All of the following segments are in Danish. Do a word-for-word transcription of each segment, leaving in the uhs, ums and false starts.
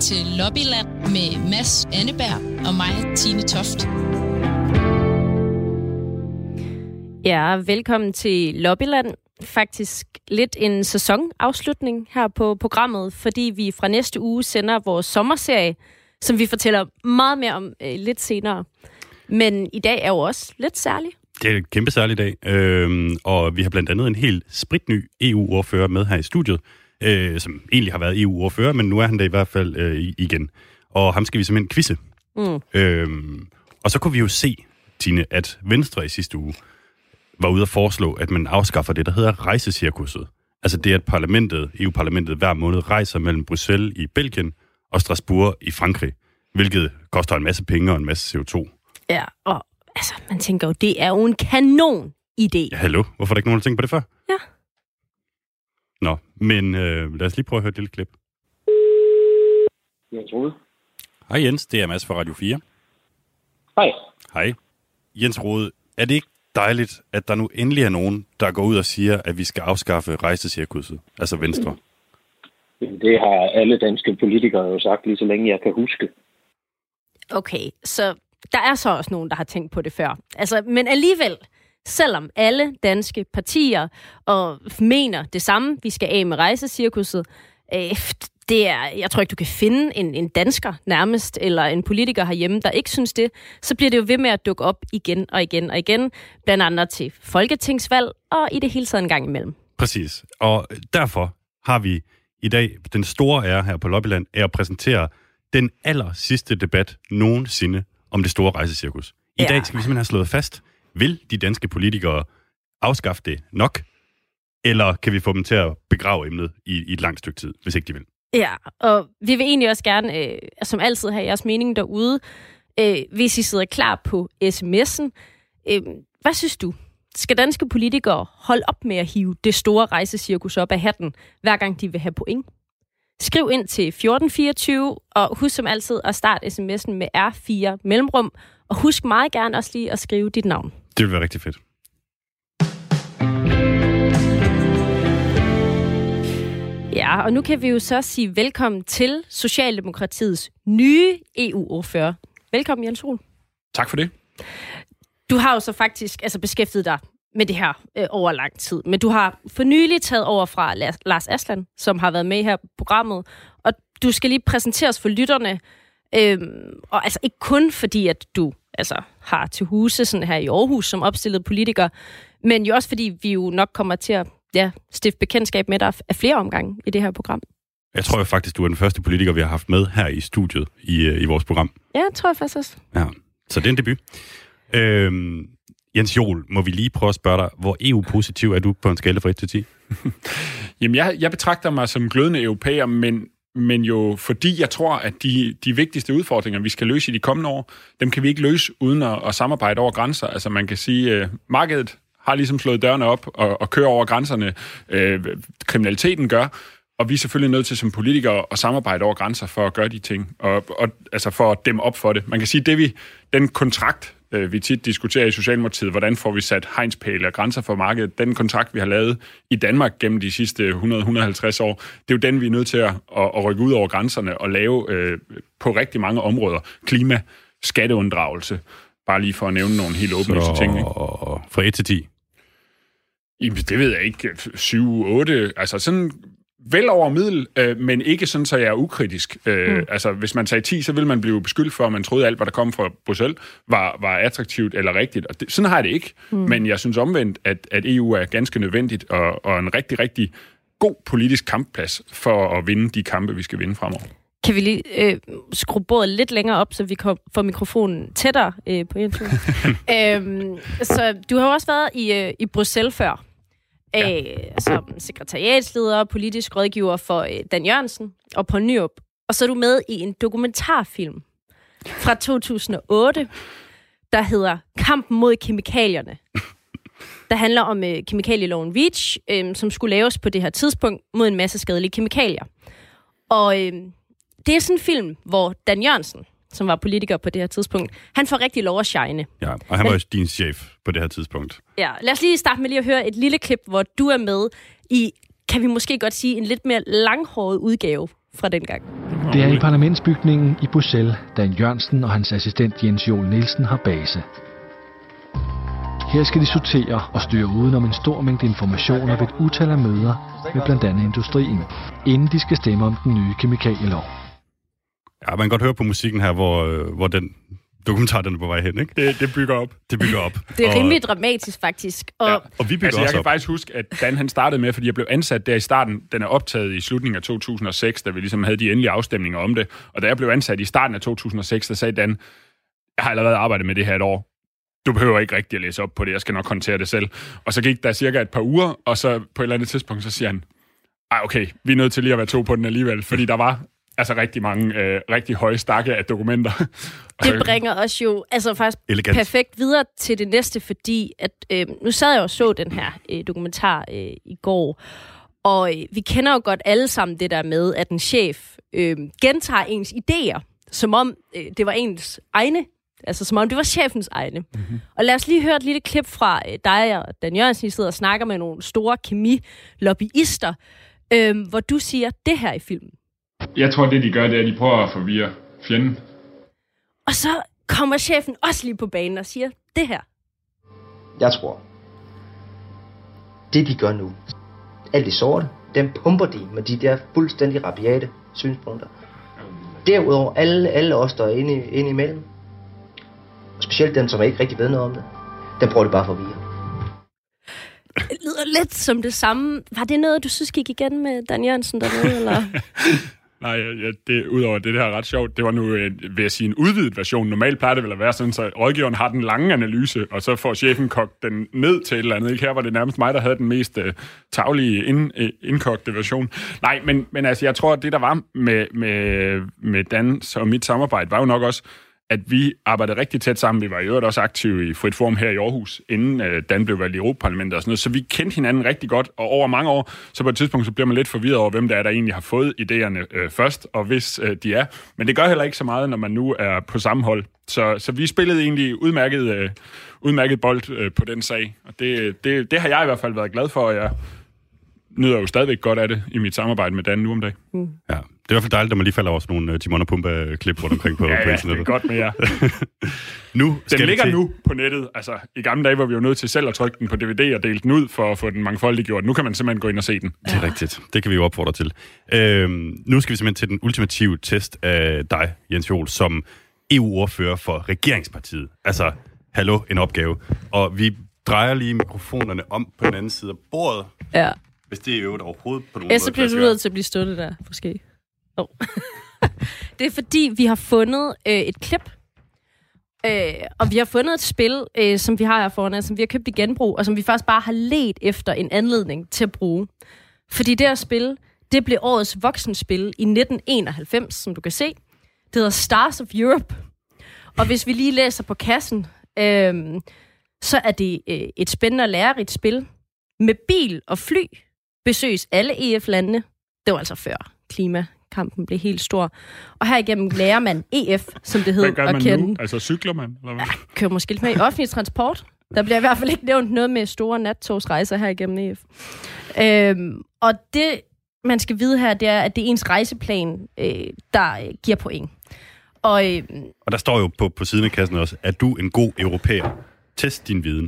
til Lobbyland med Mads Anneberg og mig, Tine Toft. Ja, velkommen til Lobbyland. Faktisk lidt en sæsonafslutning her på programmet, fordi vi fra næste uge sender vores sommerserie, som vi fortæller meget mere om øh, lidt senere. Men i dag er jo også lidt særlig. Det er en kæmpe særlig dag, øhm, og vi har blandt andet en helt spritny E U-ordfører med her i studiet, øh, som egentlig har været E U-ordfører, men nu er han der i hvert fald øh, igen. Og ham skal vi simpelthen quizze. Mm. Øhm, og så kunne vi jo se, Tine, at Venstre i sidste uge var ude at foreslå, at man afskaffer det, der hedder rejsecirkusset. Altså det, at parlamentet, E U-parlamentet hver måned rejser mellem Bruxelles i Belgien og Strasbourg i Frankrig, hvilket koster en masse penge og en masse C O to. Ja, og altså, man tænker jo, det er jo en kanon idé. Ja, hallo? Hvorfor er der ikke nogen, der tænker på det før? Ja. Nå, men øh, lad os lige prøve at høre et lille klip. Jens Rode. Hej Jens, det er Mads fra Radio fire. Hej. Hej. Jens Rode, er det ikke dejligt, at der nu endelig er nogen, der går ud og siger, at vi skal afskaffe rejsecirkusset, altså Venstre? Det har alle danske politikere jo sagt, lige så længe jeg kan huske. Okay, så der er så også nogen, der har tænkt på det før. Altså, men alligevel, selvom alle danske partier og mener det samme, vi skal af med rejsecirkusset, øh, det er, jeg tror ikke, du kan finde en, en dansker nærmest, eller en politiker herhjemme, der ikke synes det, så bliver det jo ved med at dukke op igen og igen og igen, blandt andet til folketingsvalg, og i det hele taget en gang imellem. Præcis, og derfor har vi i dag den store ære her på Lobbyland af at præsentere den aller sidste debat nogensinde om det store rejsecirkus. I ja. dag skal vi simpelthen have slået fast, vil de danske politikere afskaffe det nok, eller kan vi få dem til at begrave emnet i, i et langt stykke tid, hvis ikke de vil? Ja, og vi vil egentlig også gerne, øh, som altid, have jeres mening derude. Øh, hvis I sidder klar på sms'en, øh, hvad synes du? Skal danske politikere holde op med at hive det store rejsecirkus op af hatten, hver gang de vil have point? Skriv ind til fjorten fireogtyve, og husk som altid at starte sms'en med R fire mellemrum, og husk meget gerne også lige at skrive dit navn. Det vil være rigtig fedt. Ja, og nu kan vi jo så sige velkommen til Socialdemokratiets nye E U-ordfører. Velkommen, Jens Rode. Tak for det. Du har jo så faktisk altså, beskæftiget dig med det her øh, over lang tid, men du har for nylig taget over fra Lars Aslan, som har været med her på programmet, og du skal lige præsenteres for lytterne, øh, og altså ikke kun fordi, at du altså, har til huse sådan her i Aarhus som opstillet politiker, men jo også fordi vi jo nok kommer til at ja, stifte bekendtskab med dig af flere omgange i det her program. Jeg tror jo faktisk, du er den første politiker, vi har haft med her i studiet i, i vores program. Ja, jeg tror jeg faktisk også. Ja, så det er en debut. Øhm, Jens Joel, må vi lige prøve at spørge dig, hvor E U-positiv er du på en skala fra et til ti? Jamen, jeg, jeg betragter mig som glødende europæer, men, men jo fordi jeg tror, at de, de vigtigste udfordringer, vi skal løse i de kommende år, dem kan vi ikke løse uden at, at samarbejde over grænser. Altså man kan sige, at uh, markedet har ligesom slået dørene op og, og kører over grænserne. Uh, kriminaliteten gør, og vi er selvfølgelig nødt til som politikere at samarbejde over grænser for at gøre de ting, og, og altså for at dæmme op for det. Man kan sige, det vi, den kontrakt, vi tit diskuterer i Socialdemokratiet, hvordan får vi sat hegnspæle og grænser for markedet. Den kontrakt, vi har lavet i Danmark gennem de sidste hundrede til hundrede og halvtreds år, det er jo den, vi er nødt til at, at, at rykke ud over grænserne og lave øh, på rigtig mange områder. Klima, skatteunddragelse, bare lige for at nævne nogle helt åbenlyse ting. Ikke? Fra et til ti? Jamen, det ved jeg ikke. syv otte, altså sådan vel over middel, øh, men ikke sådan, så jeg er ukritisk. Øh, mm. Altså, hvis man sagde ti, så ville man blive beskyldt for, at man troede, at alt, hvad der kom fra Bruxelles, var, var attraktivt eller rigtigt. Og det, sådan har jeg det ikke. Mm. Men jeg synes omvendt, at, at E U er ganske nødvendigt og, og en rigtig, rigtig god politisk kampplads for at vinde de kampe, vi skal vinde fremover. Kan vi lige øh, skrue bordet lidt længere op, så vi kan få mikrofonen tættere øh, på Jens? øhm, Så du har jo også været i, øh, i Bruxelles før. Ja. Øh, som sekretariatsleder, politisk rådgiver for øh, Dan Jørgensen og Poul Nyrup. Og så er du med i en dokumentarfilm fra to tusind og otte, der hedder Kampen mod kemikalierne. Der handler om øh, kemikalieloven REACH, øh, som skulle laves på det her tidspunkt mod en masse skadelige kemikalier. Og øh, det er sådan en film, hvor Dan Jørgensen, som var politiker på det her tidspunkt, han får rigtig lov at shine. Ja, og han var også din chef på det her tidspunkt. Ja, lad os lige starte med lige at høre et lille klip, hvor du er med i, kan vi måske godt sige, en lidt mere langhåret udgave fra dengang. Det er i parlamentsbygningen i Bruxelles, Dan Jørgensen og hans assistent Jens Joel Nielsen har base. Her skal de sortere og styre udenom en stor mængde informationer ved et utal af møder med blandt andet industrien, inden de skal stemme om den nye kemikalielov. Ja, man kan godt høre på musikken her, hvor, hvor den dokumentar den er på vej hen, ikke? Det, det bygger op. Det bygger op. Det er og, rimelig dramatisk, faktisk. Og, ja. og vi bygger altså, også jeg kan op. faktisk huske, at Dan han startede med, fordi jeg blev ansat der i starten. Den er optaget i slutningen af to tusind og seks, da vi ligesom havde de endelige afstemninger om det. Og da jeg blev ansat i starten af to tusind og seks, der sagde Dan, jeg har allerede arbejdet med det her et år. Du behøver ikke rigtig at læse op på det, jeg skal nok håndtere det selv. Og så gik der cirka et par uger, og så på et eller andet tidspunkt, så siger han, ej okay, vi er nødt til lige at være to på den alligevel, fordi der var altså rigtig mange, øh, rigtig høje stakke af dokumenter. det bringer os jo altså faktisk Elegant. perfekt videre til det næste, fordi at, øh, nu sad jeg og så den her øh, dokumentar øh, i går, og øh, vi kender jo godt alle sammen det der med, at en chef øh, gentager ens idéer, som om øh, det var ens egne. Altså, som om det var chefens egne. Mm-hmm. Og lad os lige høre et lille klip fra øh, dig og Dan Jørgensen, I sidder og snakker med nogle store kemi-lobbyister, øh, hvor du siger det her i filmen. Jeg tror, det de gør, det er, at de prøver at forvirre fjenden. Og så kommer chefen også lige på banen og siger det her. Jeg tror, det de gør nu, alt det sorte, dem pumper de med de der fuldstændig rabiate synspunkter. Derudover, alle, alle os, der er inde, inde imellem, specielt dem, som ikke rigtig ved noget om det, der prøver det bare for at forvirre. Det lyder lidt som det samme. Var det noget, du synes gik igen med Dan Jørgensen dernede, eller? Nej, ja, det, udover det, det her er ret sjovt, det var nu, vil jeg sige, en udvidet version. Normalt plejer det vel at være sådan, så rådgiveren har den lange analyse, og så får chefen kogt den ned til et eller andet. Ikke? Her var det nærmest mig, der havde den mest uh, taglige ind, uh, indkogte version. Nej, men, men altså, jeg tror, at det, der var med, med, med Dans og mit samarbejde, var jo nok også, at vi arbejdede rigtig tæt sammen. Vi var i øvrigt også aktive i Frit Forum her i Aarhus, inden uh, Dan blev valgt i Europaparlamentet og sådan noget. Så vi kendte hinanden rigtig godt, og over mange år, så på et tidspunkt, så bliver man lidt forvirret over, hvem der er, der egentlig har fået idéerne uh, først, og hvis uh, de er. Men det gør heller ikke så meget, når man nu er på samme hold. Så, så vi spillede egentlig udmærket, uh, udmærket bold uh, på den sag, og det, det, det har jeg i hvert fald været glad for, og jeg nyder jo stadigvæk godt af det i mit samarbejde med Dan nu om dagen. Mm. Ja. Det er i hvert fald dejligt, at man lige falder over sådan nogle uh, Timon og Pumba-klip rundt omkring på, ja, på ja, internettet. det er godt med jer. nu den ligger til... nu på nettet. Altså, i gamle dage var vi jo nødt til selv at trykke den på D V D og dele den ud for at få den mangfoldig gjort. Nu kan man simpelthen gå ind og se den. Det er rigtigt. Det kan vi jo opfordre til. Øhm, nu skal vi simpelthen til den ultimative test af dig, Jens Joel, som E U-ordfører for regeringspartiet. Altså, hallo, en opgave. Og vi drejer lige mikrofonerne om på den anden side af bordet. Ja. Hvis det er øvrigt overhovedet på nogen ja, måde. så bliver du nødt til at blive stående der, måske. Oh. Det er fordi, vi har fundet øh, et klip, øh, og vi har fundet et spil, øh, som vi har her foran, som vi har købt i genbrug, og som vi faktisk bare har ledt efter en anledning til at bruge. Fordi det her spil, det blev årets voksenspil i nitten enoghalvfems, som du kan se. Det hedder Stars of Europe. Og hvis vi lige læser på kassen, øh, så er det øh, et spændende og lærerigt spil. Med bil og fly besøges alle E F-landene. Det var altså før klimakampen blev helt stor. Og herigennem lærer man E F, som det hed, at kende. Hvad gør man nu? Altså cykler man? Eller hvad? Ja, kører måske lidt med i offentlig transport. Der bliver i hvert fald ikke nævnt noget med store nattogsrejser her igennem E F. Øhm, og det, man skal vide her, det er, at det er ens rejseplan, øh, der øh, giver point. Og, øh, og der står jo på, på siden af kassen også, at du er en god europæer. Test din viden.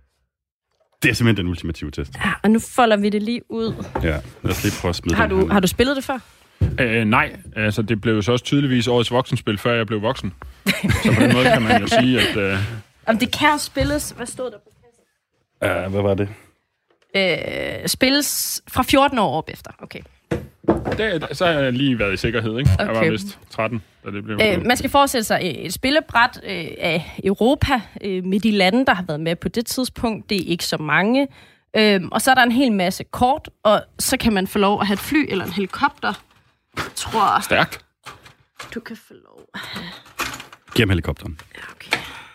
Det er simpelthen den ultimative test. Ja, og nu folder vi det lige ud. Ja, lad os lige prøve at smide har du, har du spillet det før? Øh, nej, altså det blev jo så også tydeligvis årets voksenspil, før jeg blev voksen. Så på den måde kan man jo sige, at... Øh... Jamen, det kan spilles... Hvad stod der på kassen? Ja, hvad var det? Øh, spilles fra fjorten år op efter. Okay. Det, så har jeg lige været i sikkerhed, ikke? Okay. Jeg var vist tretten, da det blev... Øh, man skal forestille sig et spillebræt øh, af Europa øh, med de lande, der har været med på det tidspunkt. Det er ikke så mange. Øh, og så er der en hel masse kort, og så kan man få lov at have et fly eller en helikopter. Jeg tror... Stærkt. Du kan få lov at have... Giv ham helikopteren. Ja, okay.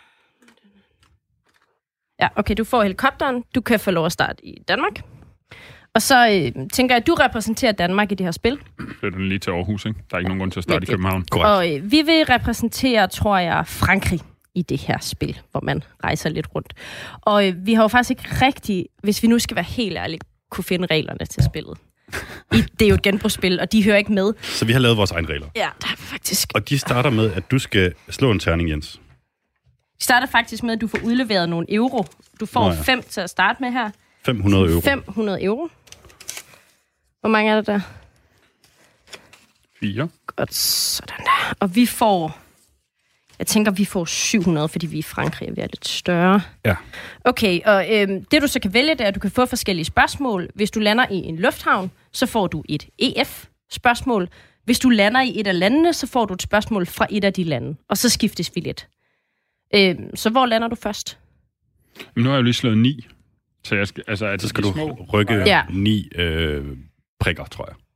Ja, okay, du får helikopteren. Du kan få lov at starte i Danmark. Og så øh, tænker jeg, at du repræsenterer Danmark i det her spil. Flytter den lige til Aarhus, ikke? Der er ikke nogen grund til at starte ja, i København. Correct. Og øh, vi vil repræsentere, tror jeg, Frankrig i det her spil, hvor man rejser lidt rundt. Og øh, vi har jo faktisk ikke rigtig, hvis vi nu skal være helt ærlige, kunne finde reglerne til spillet. I, det er jo et genbrugsspil, og de hører ikke med. Så vi har lavet vores egne regler. Ja, der er faktisk. Og de starter med, at du skal slå en terning, Jens. Vi starter faktisk med, at du får udleveret nogle euro. Du får Nå ja. fem til at starte med her. fem hundrede euro. fem hundrede euro. Hvor mange er der der? Fire. Godt, sådan der. Og vi får... Jeg tænker, vi får syv hundrede, fordi vi er i Frankrig, og vi er lidt større. Ja. Okay, og øhm, det du så kan vælge, det er, at du kan få forskellige spørgsmål. Hvis du lander i en lufthavn, så får du et E F-spørgsmål. Hvis du lander i et af landene, så får du et spørgsmål fra et af de lande. Og så skiftes vi lidt. Øhm, så hvor lander du først? Men nu har jeg jo lige slået ni. Så, jeg skal, altså, er Så skal de du små? rykke Ja. ni øh, prikker, tror jeg.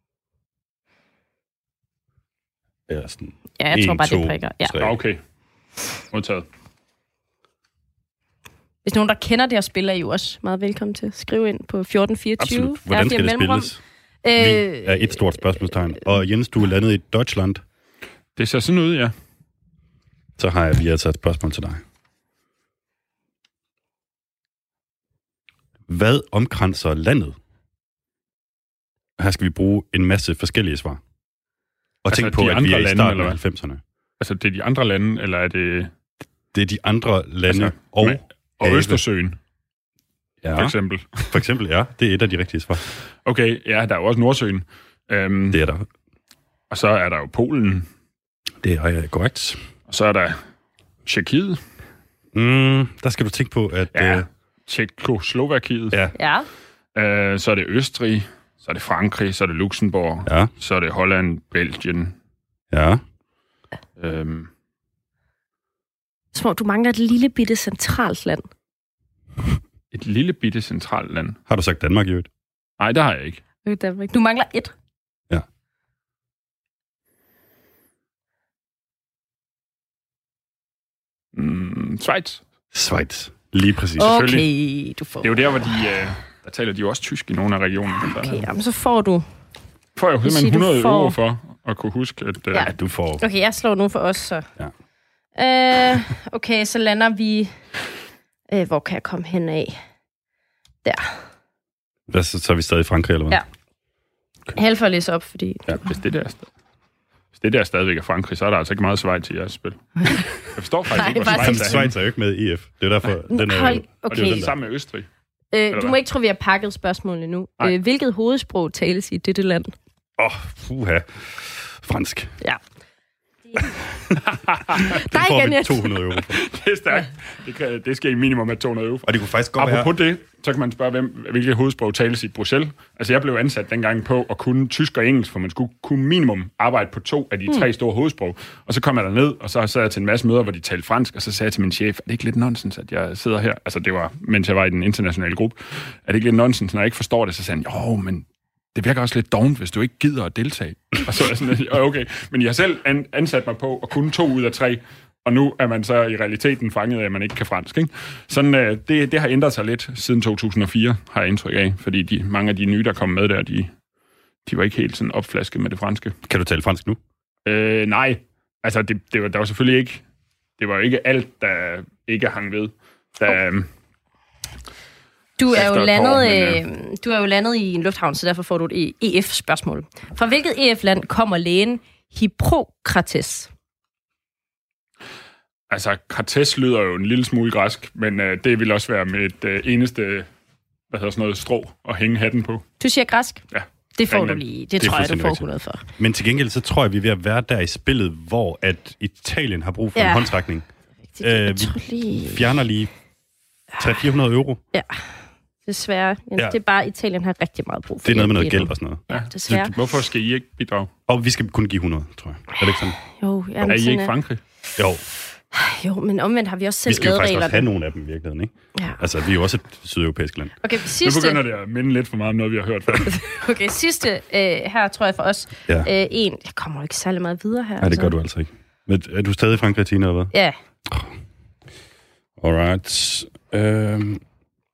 Eller sådan. Ja, jeg en, tror bare, to, det prikker. Ja. tre. Ja, okay. Modtaget. Hvis nogen, der kender det her spil, er I jo også meget velkommen til at skrive ind på fjorten fireogtyve. Absolut. Hvordan skal det spilles? Øh, Vi er et stort spørgsmålstegn. Og Jens, du er landet i Deutschland. Det ser sådan ud, ja. Så har jeg lige altså et spørgsmål til dig. Hvad omkranser landet? Her skal vi bruge en masse forskellige svar. Og Altså, tænk på, de at andre vi er i lande, starten eller af hvad? halvfemserne. Altså, det er de andre lande, eller er det... Det er de andre lande Altså, og... med- Og have. Østersøen, Ja, for eksempel. for eksempel, ja. Det er et af de rigtige svar. Okay, ja, der er jo også Nordsøen. Øhm, Det er der. og så er der jo Polen. Det er korrekt. Og så er der Tjekkiet. Mm, der skal du tænke på, at... Ja. Øh, Tjekkoslovakiet. ja, Ja. Øh, så er det Østrig. Så er det Frankrig. Så er det Luxembourg. ja, Så er det Holland, Belgien. ja. Øhm, Som om du mangler et lille bitte centralt land. et lille bitte centralt land. Har du sagt Danmark i øvrigt? Nej, det har jeg ikke. Øh, Danmark. Du mangler et. Ja. Mm, Schweiz. Schweiz. Lige præcis. Okay, du får. Det er jo der, hvor de... Øh, der taler de jo også tysk i nogle af regionerne. Okay, jamen, så får du... Får jeg jo vil sige, simpelthen du hundrede får- euro for at kunne huske, at... Øh, Ja. Ja, du får... Okay, jeg slår nu for os, så. Ja. Øh, okay, så lander vi... Øh, hvor kan jeg komme hen af? Der. Hvad, så, så er vi stadig i Frankrig, eller hvad? Ja. Held for at læse op, fordi... Ja. Hvis det der, er sta- hvis det der stadigvæk er Frankrig, så er der altså ikke meget Schweiz i jeres spil. Jeg forstår faktisk Nej, ikke, hvor faktisk Schweiz er henne. Schweiz er jo ikke med i E F. Det er derfor, den er jo... Hold, Og det er jo okay. den samme med Østrig. Øh, du hvad? må ikke tro, vi har pakket spørgsmålene nu. Nej. Øh, hvilket hovedsprog tales i dette land? Åh, oh, puha. Fransk. Ja. Den Der får igen, vi Jens. to hundrede euro for. Det er stærkt. Det, kan, det skal i minimum af to hundrede euro. Og det kunne faktisk godt være... Apropos det, så kan man spørge, hvem, hvilket hovedsprog tales i Bruxelles. Altså, jeg blev ansat dengang på at kunne tysk og engelsk, for man skulle kunne minimum arbejde på to af de tre store hovedsprog. Og så kom jeg derned, og så sad jeg til en masse møder, hvor de talte fransk, og så sagde jeg til min chef, er det ikke lidt nonsens, at jeg sidder her? Altså, det var, mens jeg var i den internationale gruppe. Er det ikke lidt nonsens, når jeg ikke forstår det? Så sagde han, jo, men det virker også lidt dovent, hvis du ikke gider at deltage. Og så er jeg sådan, lidt, okay, men jeg har selv an, ansat mig på at kunne to ud af tre, og nu er man så i realiteten fanget af, at man ikke kan fransk. Ikke? Sådan, øh, det, det har ændret sig lidt siden to tusind og fire, har jeg indtryk af, fordi de, mange af de nye, der kom med der, de, de var ikke helt sådan opflasket med det franske. Kan du tale fransk nu? Øh, nej, altså det, det var, der var selvfølgelig ikke, det var jo ikke alt, der ikke hang ved. Der, oh. Du er, jo Efter et landet, par år, men, øh, du er jo landet i en lufthavn, så derfor får du et E F-spørgsmål. Fra hvilket E F-land kommer lægen Hippokrates? Altså, Krates lyder jo en lille smule græsk, men øh, det vil også være med et øh, eneste, hvad hedder sådan noget, strå at hænge hatten på. Du siger græsk? Ja. Det får England. du lige. Det, Det er tror jeg, du fuldstændig får rigtigt. hundrede for. Men til gengæld, så tror jeg, vi er ved at være der i spillet, hvor at Italien har brug for Ja. en håndtrækning. Det, Øh, jeg vi tror lige... Fjerner lige tre til fire hundrede euro. Ja, desværre. Ja. Ja. Det er bare, Italien har rigtig meget brug for Det er noget med noget hjælp lige gæld og sådan noget. nu. Ja, desværre. Hvorfor skal I ikke bidrage? Og vi skal kun give hundrede, tror jeg. Er det ikke sådan? Jo, jamen, Er I sådan ikke er- Frankrig? Jo, Jo, men omvendt har vi også vi selv skal jo lavet faktisk også have reglerne. nogle af dem i virkeligheden, ikke? Ja. Altså, vi er jo også et sydeuropæisk land. Okay, Nu sidste, begynder det at minde lidt for meget om noget, vi har hørt før. okay, sidste øh, her tror jeg for os. Ja. Øh, en, jeg kommer jo ikke særlig meget videre her. Nej, det gør du altså ikke. Men er du stadig i Frankrig, Tina, eller hvad? Ja, Alright. Øhm,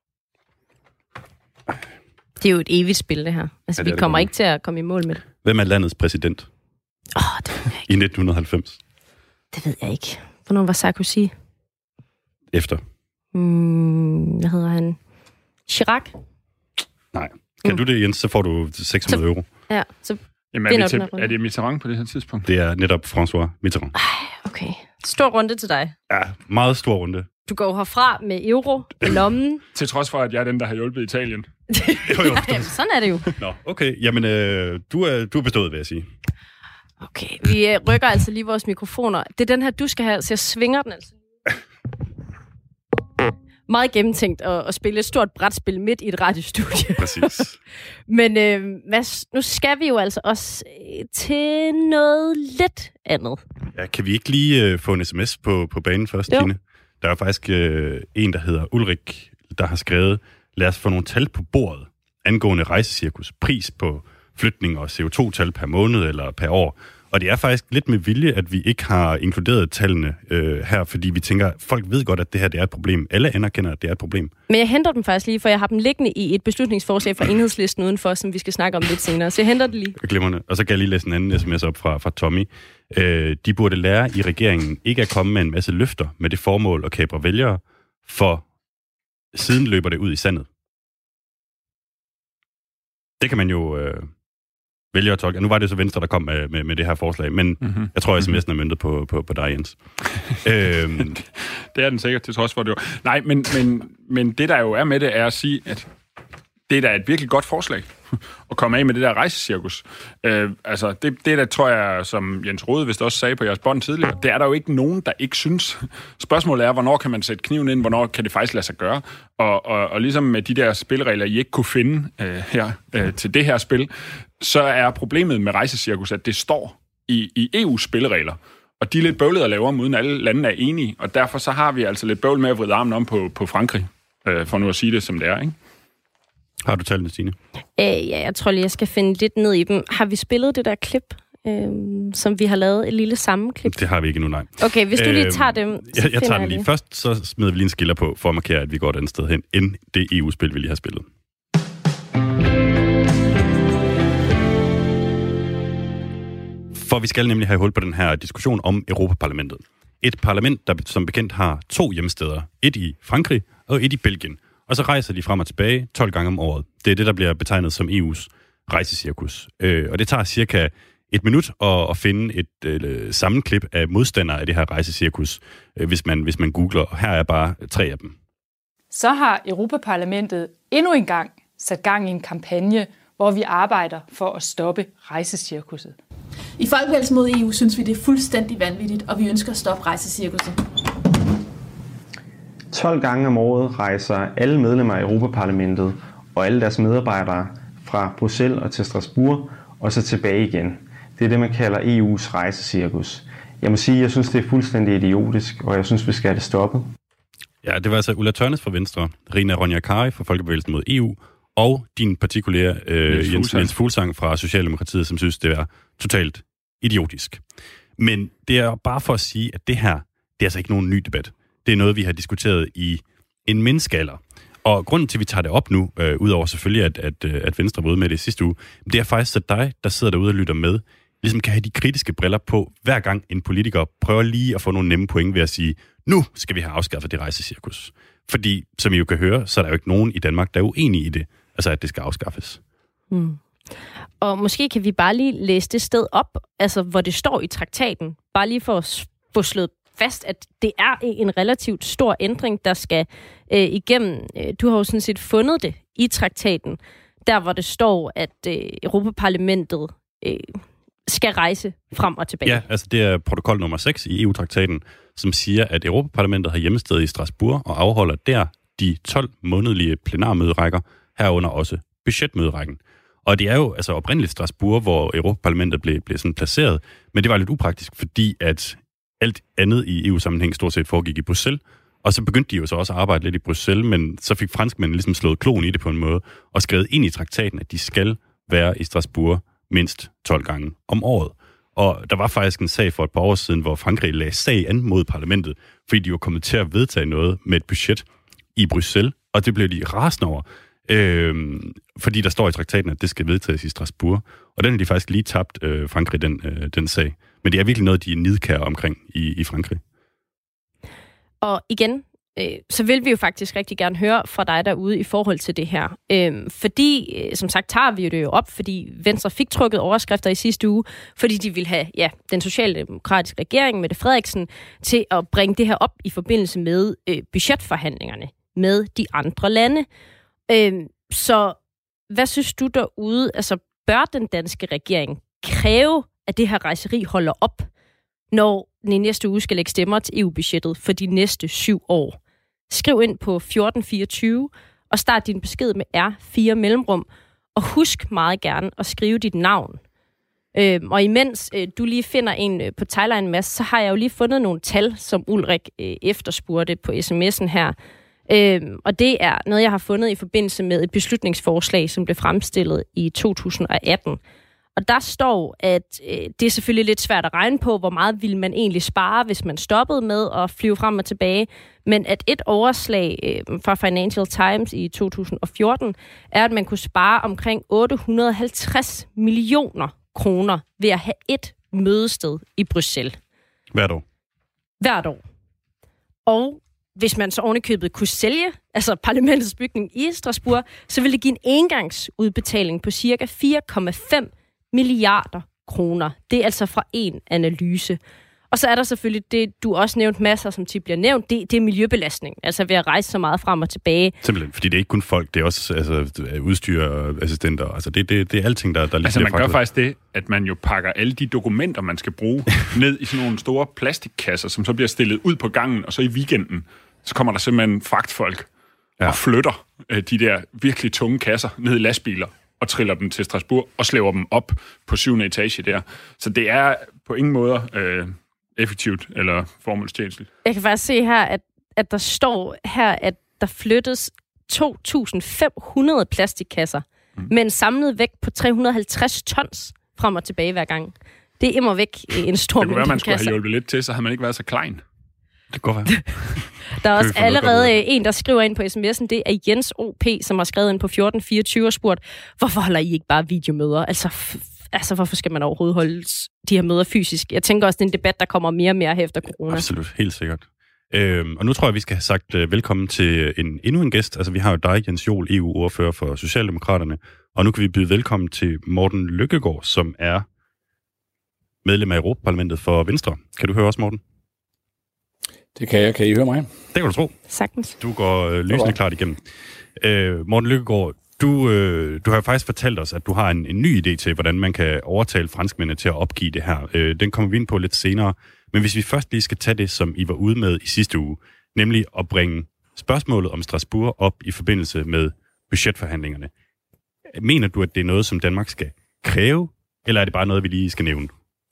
det er jo et evigt spil, det her. Altså, Ja, det vi er det kommer godt. ikke til at komme i mål med det. hvem er landets præsident Åh, oh, det ved jeg ikke. i nitten halvfems? Det ved jeg ikke. Hvornår var Sarkozy? Efter? Hmm, hvad hedder han? Chirac? Nej. Kan Mm. du det, Jens, så får du seks hundrede euro. Ja, så Jamen, er, vi til, er det Mitterrand på det her tidspunkt? Det er netop François Mitterrand. Ej, okay. Stor runde til dig. Ja, meget stor runde. Du går herfra med euro i lommen. Til trods for, at jeg er den, der har hjulpet Italien. jo, jo. Ja, sådan er det jo. Nå, okay. Jamen, øh, du, er, du er bestået, vil jeg sige. Okay, vi øh, rykker altså lige vores mikrofoner. Det er den her, du skal have, så jeg svinger den altså. Meget gennemtænkt at, at spille et stort brætspil midt i et radiostudie. Præcis. Men øh, Mads, nu skal vi jo altså også øh, til noget lidt andet. Ja, kan vi ikke lige øh, få en sms på, på banen først, Jo. Tine? Der er faktisk øh, en, der hedder Ulrik, der har skrevet, lad os få nogle tal på bordet angående rejsecirkus, pris på flytning og C O to tal per måned eller per år. Og det er faktisk lidt med vilje, at vi ikke har inkluderet tallene øh, her, fordi vi tænker, folk ved godt, at det her det er et problem. Alle anerkender, at det er et problem. Men jeg henter dem faktisk lige, for jeg har dem liggende i et beslutningsforslag fra Enhedslisten udenfor, som vi skal snakke om lidt senere. Så jeg henter det lige. Glimrende. Og så kan jeg lige læse en anden sms op fra, fra Tommy. Øh, de burde lære i regeringen ikke at komme med en masse løfter med det formål at kapre vælgere, for siden løber det ud i sandet. Det kan man jo øh, vælge at tolke. Nu var det så Venstre, der kom med, med, med det her forslag, men mm-hmm. jeg tror, at sms'en er møntet på, på, på dig, Jens. øhm. Det er den sikkert, til trods for det jo. Nej, men, men, men det, der jo er med det, er at sige, at det er da et virkelig godt forslag at komme af med det der rejsecirkus. Øh, altså, det, det der tror jeg, som Jens Rode vist også sagde på jeres bånd tidligere, det er der jo ikke nogen, der ikke synes. Spørgsmålet er, hvornår kan man sætte kniven ind, hvornår kan det faktisk lade sig gøre? Og, og, og ligesom med de der spilregler, I ikke kunne finde øh, her øh, til det her spil, så er problemet med rejsecirkus, at det står i, i E U's spilleregler. Og de er lidt bøvlede at lave om, uden alle landene er enige. Og derfor så har vi altså lidt bøvl med at vride armen om på, på Frankrig, øh, for nu at sige det, som det er, ikke? Har du tallene, Stine? Øh, ja, jeg tror lige, jeg skal finde lidt ned i dem. Har vi spillet det der klip, øh, som vi har lavet? Et lille sammenklip? Det har vi ikke endnu, nej. Okay, hvis du lige tager dem, så Jeg, jeg tager den lige. Først så smider vi lige en skiller på, for at markere, at vi går et andet sted hen, end det E U-spil, vi lige har spillet. For vi skal nemlig have hul på den her diskussion om Europaparlamentet. Et parlament, der som bekendt har to hjemsteder. Et i Frankrig og et i Belgien. Og så rejser de frem og tilbage tolv gange om året. Det er det, der bliver betegnet som E U's rejsecirkus. Øh, og det tager cirka et minut at, at finde et øh, sammenklip af modstandere af det her rejsecirkus, øh, hvis, man, hvis man googler. Og her er bare tre af dem. Så har Europaparlamentet endnu en gang sat gang i en kampagne, hvor vi arbejder for at stoppe rejsecirkuset. I Folkebevægelsen mod E U synes vi, det er fuldstændig vanvittigt, og vi ønsker at stoppe rejsecirkuset. tolv gange om året rejser alle medlemmer af Europaparlamentet og alle deres medarbejdere fra Bruxelles og til Strasbourg og så tilbage igen. Det er det, man kalder E U's rejsecirkus. Jeg må sige, at jeg synes, det er fuldstændig idiotisk, og jeg synes, vi skal have det stoppet. Ja, det var altså Ulla Tørnæs fra Venstre, Rina Ronja Kari fra Folkebevægelsen mod E U, og din partikollega øh, Jens, Jens Fuglsang fra Socialdemokratiet, som synes, det er totalt idiotisk. Men det er bare for at sige, at det her, det er altså ikke nogen ny debat. Det er noget, vi har diskuteret i en menneskealder. Og grunden til, at vi tager det op nu, øh, udover selvfølgelig, at, at, at Venstre var ude med det sidste uge, det er faktisk, at dig, der sidder derude og lytter med, ligesom kan have de kritiske briller på, hver gang en politiker prøver lige at få nogle nemme point ved at sige, nu skal vi have afskaffet det rejsecirkus. Fordi, som I jo kan høre, så er der jo ikke nogen i Danmark, der er uenige i det, altså at det skal afskaffes. Hmm. Og måske kan vi bare lige læse det sted op, altså hvor det står i traktaten, bare lige for at få slået fast, at det er en relativt stor ændring, der skal øh, igennem. Du har jo sådan set fundet det i traktaten, der hvor det står, at øh, Europaparlamentet øh, skal rejse frem og tilbage. Ja, altså det er protokol nummer seks i E U-traktaten, som siger, at Europaparlamentet har hjemmested i Strasbourg og afholder der de tolv månedlige plenarmøderækker, herunder også budgetmøderækken. Og det er jo altså oprindeligt Strasbourg, hvor Europaparlamentet blev, blev sådan placeret, men det var lidt upraktisk, fordi at alt andet i E U-sammenhæng stort set foregik i Bruxelles, og så begyndte de jo så også at arbejde lidt i Bruxelles, men så fik franskmændene ligesom slået kloen i det på en måde, og skrevet ind i traktaten, at de skal være i Strasbourg mindst tolv gange om året. Og der var faktisk en sag for et par år siden, hvor Frankrig lagde sag an mod parlamentet, fordi de var kommet til at vedtage noget med et budget i Bruxelles, og det blev de rasende over, øh, fordi der står i traktaten, at det skal vedtages i Strasbourg. Og den har de faktisk lige tabt, øh, Frankrig, den, øh, den sag. Men det er virkelig noget, de er nidkære omkring i, i Frankrig. Og igen, så vil vi jo faktisk rigtig gerne høre fra dig derude i forhold til det her. Øhm, fordi, som sagt, tager vi det jo op, fordi Venstre fik trykket overskrifter i sidste uge, fordi de ville have ja, den socialdemokratiske regering, Mette Frederiksen, til at bringe det her op i forbindelse med øh, budgetforhandlingerne med de andre lande. Øhm, så hvad synes du derude? Altså, bør den danske regering kræve, at det her rejseri holder op, når den i næste uge skal lægge stemmer til E U-budgettet for de næste syv år? Skriv ind på fjorten fireogtyve og start din besked med R fire mellemrum. Og husk meget gerne at skrive dit navn. Øh, og imens øh, du lige finder en øh, på Thailand, Mads, så har jeg jo lige fundet nogle tal, som Ulrik øh, efterspurgte på sms'en her. Øh, og det er noget, jeg har fundet i forbindelse med et beslutningsforslag, som blev fremstillet i to tusind og atten. Og der står, at øh, det er selvfølgelig lidt svært at regne på, hvor meget ville man egentlig spare, hvis man stoppede med at flyve frem og tilbage. Men at et overslag øh, fra Financial Times i to tusind og fjorten er, at man kunne spare omkring otte hundrede og halvtreds millioner kroner ved at have et mødested i Bruxelles. Hvert år? Hvert år. Og hvis man så ovenikøbet kunne sælge, altså parlamentets bygning i Strasbourg, så ville det give en engangsudbetaling på cirka fire komma fem milliarder kroner. Det er altså fra en analyse. Og så er der selvfølgelig det, du også nævnt masser, som tit bliver nævnt, det, det er miljøbelastning. Altså ved at rejse så meget frem og tilbage. Simpelthen, fordi det er ikke kun folk, det er også altså, udstyr og assistenter. Altså det, det, det er alting, der, der lige altså man fragtet. gør faktisk det, at man jo pakker alle de dokumenter, man skal bruge, ned i sådan nogle store plastikkasser, som så bliver stillet ud på gangen, og så i weekenden, så kommer der simpelthen fragtfolk ja. og flytter øh, de der virkelig tunge kasser ned i lastbiler og triller dem til Strasbourg og slæver dem op på syvende etage der. Så det er på ingen måde øh, effektivt eller formålstjenestligt. Jeg kan faktisk se her, at, at der står her, at der flyttes to tusind fem hundrede plastikkasser mm. med en samlet vægt på tre hundrede og halvtreds tons frem og tilbage hver gang. Det er immer væk en stor mængde kasser. Det kunne være, man skulle have hjulpet lidt til, så havde man ikke været så klein. Det går være. Der er også allerede en, der skriver ind på sms'en, det er Jens O P, som har skrevet ind på fjorten fireogtyve og spurgt, hvorfor holder I ikke bare videomøder? Altså, f- altså, hvorfor skal man overhovedet holde de her møder fysisk? Jeg tænker også, det er en debat, der kommer mere og mere her efter corona. Absolut, helt sikkert. Øhm, og nu tror jeg, vi skal have sagt uh, velkommen til en, endnu en gæst. Altså, vi har jo dig, Jens Joel, E U-ordfører for Socialdemokraterne, og nu kan vi byde velkommen til Morten Løkkegaard, som er medlem af Europaparlamentet for Venstre. Kan du høre os, Morten? Det kan jeg. Kan I høre mig? Det kan du tro. Sagtens. Du går øh, lysende klart igennem. Øh, Morten Løkkegaard, du, øh, du har jo faktisk fortalt os, at du har en, en ny idé til, hvordan man kan overtale franskmændene til at opgive det her. Øh, den kommer vi ind på lidt senere. Men hvis vi først lige skal tage det, som I var ude med i sidste uge, nemlig at bringe spørgsmålet om Strasbourg op i forbindelse med budgetforhandlingerne. Mener du, at det er noget, som Danmark skal kræve, eller er det bare noget, vi lige skal nævne?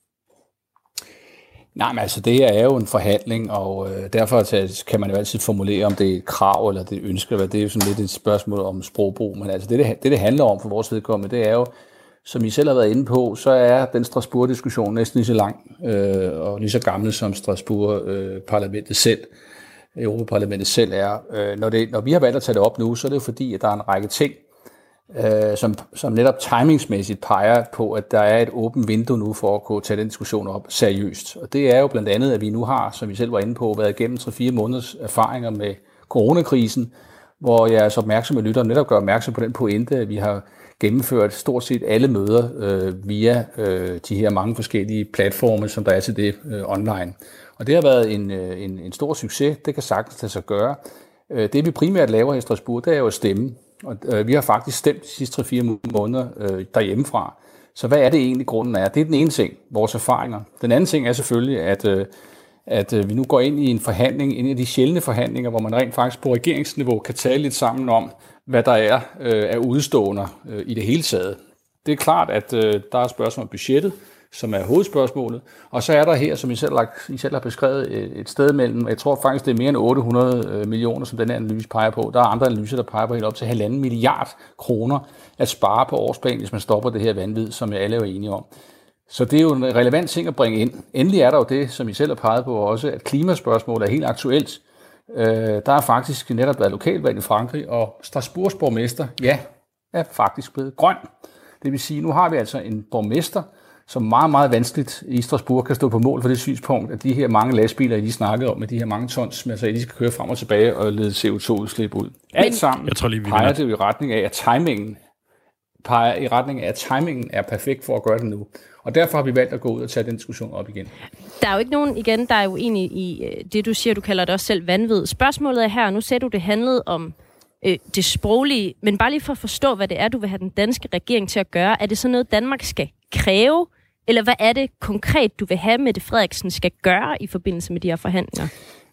Nej, men altså det her er jo en forhandling, og øh, derfor kan man jo altid formulere, om det er et krav eller det er et ønske. Det er jo sådan lidt et spørgsmål om sprogbrug, men altså det, det, det, det handler om for vores vedkommende, det er jo, som I selv har været inde på, så er den Strasbourg-diskussion næsten lige så lang øh, og lige så gammel som Strasbourg-parlamentet øh, selv, Europaparlamentet selv er. Øh, når, det, når vi har valgt at tage det op nu, så er det jo fordi, at der er en række ting, Øh, som, som netop timingsmæssigt peger på, at der er et åbent vindue nu for at kunne tage den diskussion op seriøst. Og det er jo blandt andet, at vi nu har, som vi selv var inde på, været igennem tre fire måneders erfaringer med coronakrisen, hvor jeg er så opmærksom med lytteren netop gør opmærksom på den pointe, at vi har gennemført stort set alle møder øh, via øh, de her mange forskellige platforme, som der er til det øh, online. Og det har været en, øh, en, en stor succes. Det kan sagtens lade sig gøre. Øh, det vi primært laver i Strasbourg, det er jo at stemme. Og øh, vi har faktisk stemt de sidste tre fire måneder øh, derhjemmefra. Så hvad er det egentlig grunden er? Det er den ene ting, vores erfaringer. Den anden ting er selvfølgelig, at, øh, at øh, vi nu går ind i en forhandling, en af de sjældne forhandlinger, hvor man rent faktisk på regeringsniveau kan tale lidt sammen om, hvad der er øh, af udstående øh, i det hele taget. Det er klart, at øh, der er spørgsmål om budgettet, som er hovedspørgsmålet. Og så er der her, som I selv, I selv har beskrevet, et sted mellem, jeg tror faktisk, det er mere end otte hundrede millioner, som den analyse peger på. Der er andre analyser, der peger på helt op til halvanden milliard kroner at spare på årsplan, hvis man stopper det her vanvid, som jeg alle er enige om. Så det er jo en relevant ting at bringe ind. Endelig er der jo det, som I selv har peget på også, at klimaspørgsmålet er helt aktuelt. Der er faktisk netop været lokalvalg i Frankrig, og Strasbourgs borgmester, ja, er faktisk blevet grøn. Det vil sige, nu har vi altså en borgmester, som meget, meget vanskeligt i Strasbourg kan stå på mål for det synspunkt, at de her mange lastbiler, de snakkede om, med de her mange tons, altså, de skal køre frem og tilbage og lede C O to udslip ud. Alt sammen jeg tror lige, vi peger det jo i retning af, at timingen, peger i retning af, at timingen er perfekt for at gøre det nu. Og derfor har vi valgt at gå ud og tage den diskussion op igen. Der er jo ikke nogen, igen, der er jo enig i det, du siger, du kalder det også selv vanvid. Spørgsmålet er her, nu ser du, det handlede om øh, det sproglige, men bare lige for at forstå, hvad det er, du vil have den danske regering til at gøre. Er det så noget, Danmark skal kræve, eller hvad er det konkret, du vil have, Mette Frederiksen skal gøre i forbindelse med de her forhandlinger?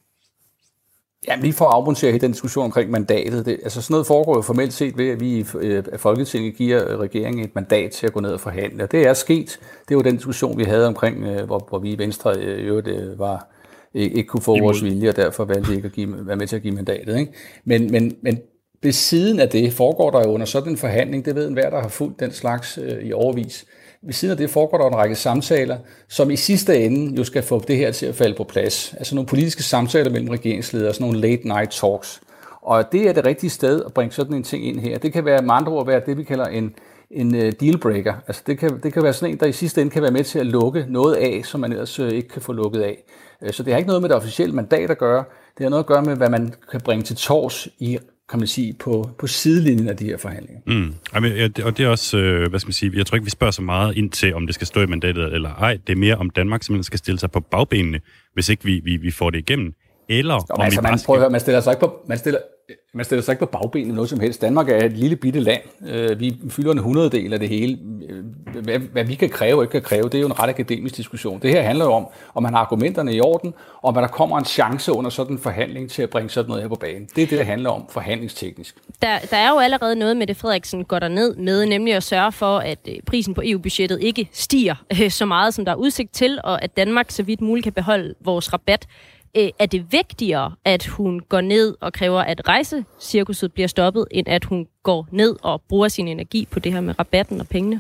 Ja, lige for at afmontere hele den diskussion omkring mandatet. Det, altså sådan noget foregår jo formelt set ved, at vi i øh, Folketinget giver regeringen et mandat til at gå ned og forhandle. Og det er sket. Det var den diskussion, vi havde omkring, øh, hvor, hvor vi i Venstre øh, jo det var, ikke, ikke kunne få Imod. vores vilje, og derfor valgte ikke at give, være med til at give mandatet. Ikke? Men, men, men ved siden af det foregår der jo under sådan en forhandling, det ved enhver, der har fulgt den slags øh, i årevis. Ved siden af det foregår der en række samtaler, som i sidste ende jo skal få det her til at falde på plads. Altså nogle politiske samtaler mellem regeringsledere, sådan nogle late night talks. Og det er det rigtige sted at bringe sådan en ting ind her. Det kan være med andre ord være det, vi kalder en, en dealbreaker. Altså det kan, det kan være sådan en, der i sidste ende kan være med til at lukke noget af, som man ellers ikke kan få lukket af. Så det har ikke noget med det officielle mandat at gøre. Det har noget at gøre med, hvad man kan bringe til tors i, kan man sige, på, på sidelinjen af de her forhandlinger. Mm. Og det er også, øh, hvad skal man sige, jeg tror ikke, vi spørger så meget ind til, om det skal stå i mandatet eller ej. Det er mere, om Danmark simpelthen skal stille sig på bagbenene, hvis ikke vi, vi, vi får det igennem. Eller jo, om altså, vi man, bare skal... prøv at høre, man stiller sig ikke på, man stiller, man stiller sig ikke på bagbenene noget som helst. Danmark er et lille bitte land. Vi fylder en hundreddel af det hele. Hvad, hvad vi kan kræve og ikke kan kræve, det er jo en ret akademisk diskussion. Det her handler jo om, om man har argumenterne i orden, og om der kommer en chance under sådan en forhandling til at bringe sådan noget her på banen. Det er det, det handler om forhandlingsteknisk. Der, der er jo allerede noget, Mette Frederiksen går derned med, nemlig at sørge for, at prisen på E U-budgettet ikke stiger øh, så meget, som der er udsigt til, og at Danmark så vidt muligt kan beholde vores rabat. Er det vigtigere, at hun går ned og kræver, at rejsecirkuset bliver stoppet, end at hun går ned og bruger sin energi på det her med rabatten og pengene?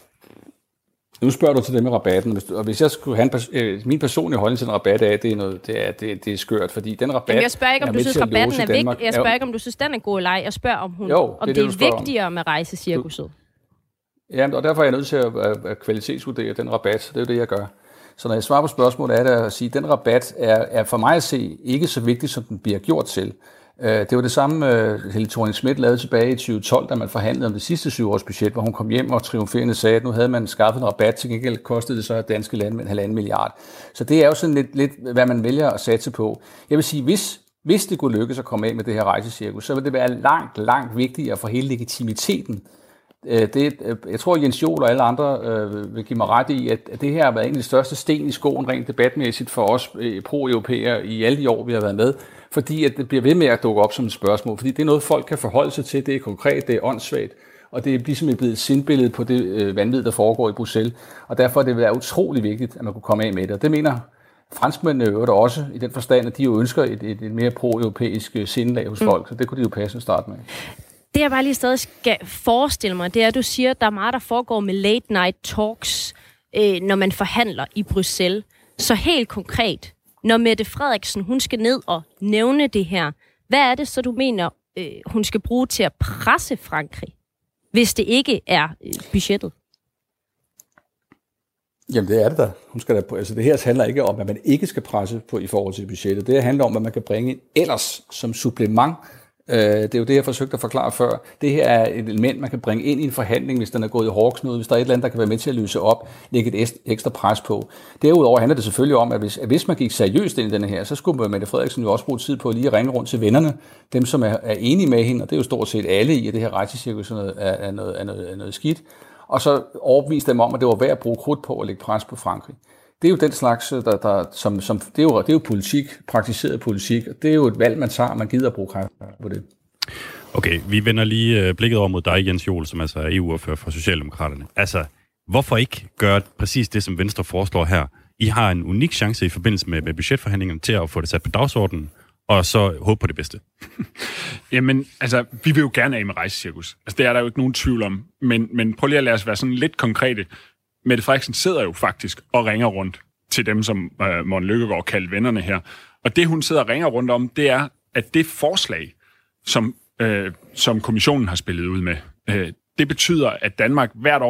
Nu spørger du til det med rabatten, og hvis jeg skulle have en pers- min personlige holdning til den rabat af, det er noget, det er, det, det er skørt, fordi den rabat. Jamen jeg spørger ikke, om du synes, rabatten er vigtig. Jeg spørger ikke, om du synes, den er god eller ej. Jeg spørger, om, hun, jo, om det, det er det, vigtigere om. med rejsecirkuset. Ja, og derfor er jeg nødt til at, at kvalitetsvurdere den rabat. Det er jo det, jeg gør. Så når jeg svarer på spørgsmålet, er det at sige, at den rabat er, er for mig at se ikke så vigtig, som den bliver gjort til. Det var det samme, Helle Thorning-Schmidt lavede tilbage i tyve tolv, da man forhandlede om det sidste syvårs budget, hvor hun kom hjem og triumferende sagde, at nu havde man skaffet en rabat, til gengæld kostede det så af danske landmænd halvanden milliard. Så det er jo sådan lidt, lidt, hvad man vælger at satse på. Jeg vil sige, hvis, hvis det kunne lykkes at komme af med det her rejsecirkus, så vil det være langt, langt vigtigere for hele legitimiteten. Det, jeg tror, Jens Joel og alle andre øh, vil give mig ret i, at, at det her har været en af de største sten i skoen rent debatmæssigt for os øh, pro-europæere i alle de år, vi har været med. Fordi at det bliver ved med at dukke op som et spørgsmål. Fordi det er noget, folk kan forholde sig til. Det er konkret, det er åndssvagt. Og det er ligesom blevet et sindbillede på det øh, vanvid, der foregår i Bruxelles. Og derfor er det været utrolig vigtigt, at man kunne komme af med det. Og det mener franskmændene jo også i den forstand, at de jo ønsker et, et, et mere pro-europæisk sindelag hos folk. Så det kunne de jo passe at starte med. Det, jeg bare lige stadig skal forestille mig, det er, at du siger, at der er meget, der foregår med late night talks, øh, når man forhandler i Bruxelles. Så helt konkret, når Mette Frederiksen, hun skal ned og nævne det her, hvad er det så, du mener, øh, hun skal bruge til at presse Frankrig, hvis det ikke er øh, budgettet? Jamen, det er det da. Hun skal da, altså, det her handler ikke om, at man ikke skal presse på i forhold til budgettet. Det handler om, at man kan bringe ellers som supplement. Det er jo det, jeg forsøgte at forklare før. Det her er et element, man kan bringe ind i en forhandling, hvis den er gået i hårdknude, hvis der er et eller andet, der kan være med til at løse op, lægge et ekstra pres på. Derudover handler det selvfølgelig om, at hvis, at hvis man gik seriøst ind i denne her, så skulle Mette Frederiksen jo også bruge tid på lige at ringe rundt til vennerne, dem som er, er enige med hende, og det er jo stort set alle i, at det her rejsecirkus er noget, er, noget, er, noget, er noget skidt, og så overbevise dem om, at det var værd at bruge krudt på at lægge pres på Frankrig. Det er jo den slags, der, der, som, som det, er jo, det er jo politik, praktiseret politik, og det er jo et valg, man tager, man gider at bruge kræfter på det. Okay, vi vender lige blikket over mod dig, Jens Joel, som altså er E U-ordfører for Socialdemokraterne. Altså, hvorfor ikke gøre præcis det, som Venstre foreslår her? I har en unik chance i forbindelse med, med budgetforhandlingerne til at få det sat på dagsordenen, og så håbe på det bedste. Jamen, altså, vi vil jo gerne af med rejsecirkus. Altså, det er der jo ikke nogen tvivl om. Men, men prøv lige at lade os være sådan lidt konkrete. Mette Frederiksen sidder jo faktisk og ringer rundt til dem, som øh, Morten Løkkegaard kaldte vennerne her. Og det, hun sidder og ringer rundt om, det er, at det forslag, som, øh, som kommissionen har spillet ud med, øh, det betyder, at Danmark hvert år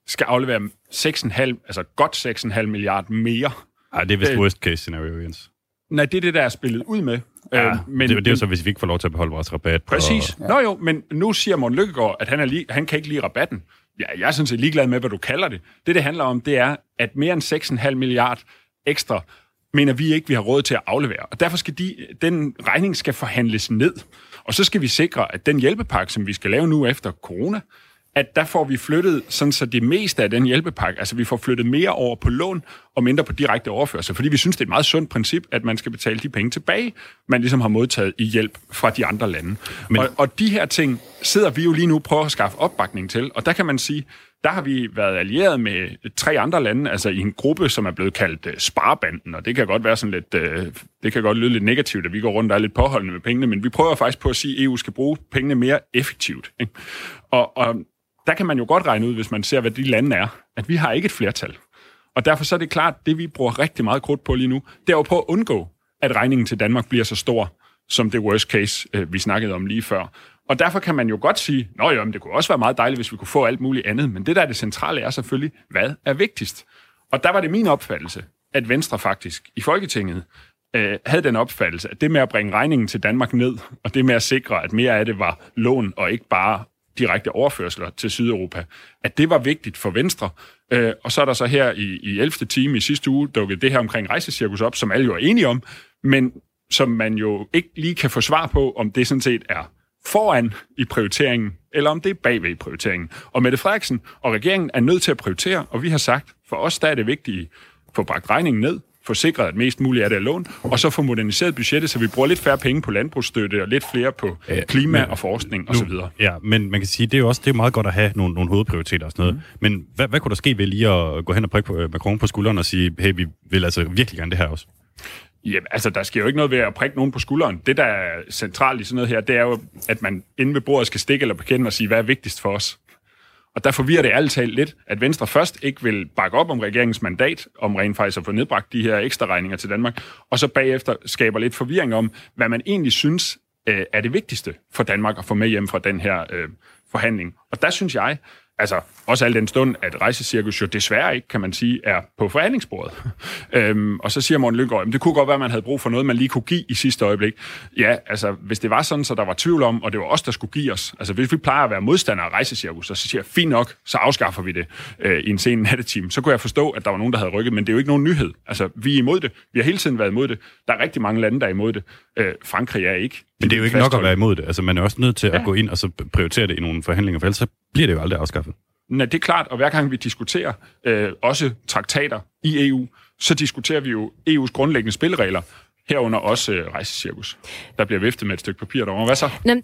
skal aflevere seks komma fem, altså godt seks komma fem milliard mere. Ej, det er vist worst case scenario, Jens. Nej, det er det, der er spillet ud med. Ja, øh, men, det, det er jo så, hvis vi ikke får lov til at beholde vores rabat. Præcis. Og, ja. Nå jo, men nu siger Morten Lykkegaard, at han, er li- han kan ikke lide rabatten. Ja, jeg er sådan set ligeglad med, hvad du kalder det. Det, det handler om, det er, at mere end seks komma fem milliard ekstra mener vi ikke, vi har råd til at aflevere. Og derfor skal de, den regning skal forhandles ned. Og så skal vi sikre, at den hjælpepakke, som vi skal lave nu efter corona, at der får vi flyttet sådan så det meste af den hjælpepakke, altså vi får flyttet mere over på lån og mindre på direkte overførsel, fordi vi synes, det er et meget sundt princip, at man skal betale de penge tilbage, man ligesom har modtaget i hjælp fra de andre lande. Men... Og, og de her ting sidder vi jo lige nu og prøver at skaffe opbakning til, og der kan man sige, der har vi været allieret med tre andre lande, altså i en gruppe, som er blevet kaldt uh, Sparebanden, og det kan godt være sådan lidt, uh, det kan godt lyde lidt negativt, at vi går rundt og er lidt påholdende med pengene, men vi prøver faktisk på at sige, at E U skal bruge pengene mere effektivt. Ikke? Og, og der kan man jo godt regne ud, hvis man ser, hvad de lande er, at vi har ikke et flertal. Og derfor så er det klart, at det vi bruger rigtig meget krudt på lige nu, det er jo på at undgå, at regningen til Danmark bliver så stor, som det worst case, vi snakkede om lige før. Og derfor kan man jo godt sige, nå jo, men det kunne også være meget dejligt, hvis vi kunne få alt muligt andet. Men det der er det centrale er selvfølgelig, hvad er vigtigst? Og der var det min opfattelse, at Venstre faktisk i Folketinget øh, havde den opfattelse, at det med at bringe regningen til Danmark ned, og det med at sikre, at mere af det var lån og ikke bare direkte overførsler til Sydeuropa, at det var vigtigt for Venstre. Øh, og så er der så her i, i ellevte time i sidste uge dukket det her omkring rejsecirkus op, som alle jo er enige om, men som man jo ikke lige kan få svar på, om det sådan set er foran i prioriteringen, eller om det er bagved i prioriteringen. Og Mette Frederiksen og regeringen er nødt til at prioritere, og vi har sagt, for os der er det vigtigt at få bragt regningen ned, få sikret, at mest muligt af det er lån, og så få moderniseret budgettet, så vi bruger lidt færre penge på landbrugsstøtte, og lidt flere på klima ja, men, og forskning osv. Ja, men man kan sige, det er jo også det er meget godt at have nogle, nogle hovedprioriteter og sådan noget. Mm. Men hvad, hvad kunne der ske ved lige at gå hen og prikke på Macron på skulderen og sige, hey, vi vil altså virkelig gerne det her også? Jamen, altså, der sker jo ikke noget ved at prikke nogen på skulderen. Det, der er centralt i sådan noget her, det er jo, at man inde ved bordet skal stikke eller bekende og sige, hvad er vigtigst for os. Og der forvirrer det ærligt talt lidt, at Venstre først ikke vil bakke op om regeringens mandat, om rent faktisk at få nedbragt de her ekstra regninger til Danmark, og så bagefter skaber lidt forvirring om, hvad man egentlig synes øh, er det vigtigste for Danmark at få med hjem fra den her øh, forhandling. Og der synes jeg, altså også al den stund, at rejsecirkus jo desværre ikke, kan man sige, er på forhandlingsbordet. øhm, og så siger Morten Lykkegaard, at det kunne godt være, at man havde brug for noget, man lige kunne give i sidste øjeblik. Ja, altså hvis det var sådan, så der var tvivl om, og det var os, der skulle give os. Altså hvis vi plejer at være modstandere af rejsecirkus, og så siger jeg, fint nok, så afskaffer vi det øh, i en sen nattetime. Så kunne jeg forstå, at der var nogen, der havde rykket, men det er jo ikke nogen nyhed. Altså vi er imod det. Vi har hele tiden været imod det. Der er rigtig mange lande, der er imod det. Øh, Frankrig er ikke. Men det er jo ikke nok at være imod det. Altså man er også nødt til at ja. gå ind og så prioritere det i nogle forhandlinger, for ellers så bliver det jo aldrig afskaffet. Nej, det er klart, og hver gang vi diskuterer øh, også traktater i E U, så diskuterer vi jo E U's grundlæggende spilleregler, herunder også øh, rejsecirkus. Der bliver viftet med et stykke papir derovre. Hvad så? Nå,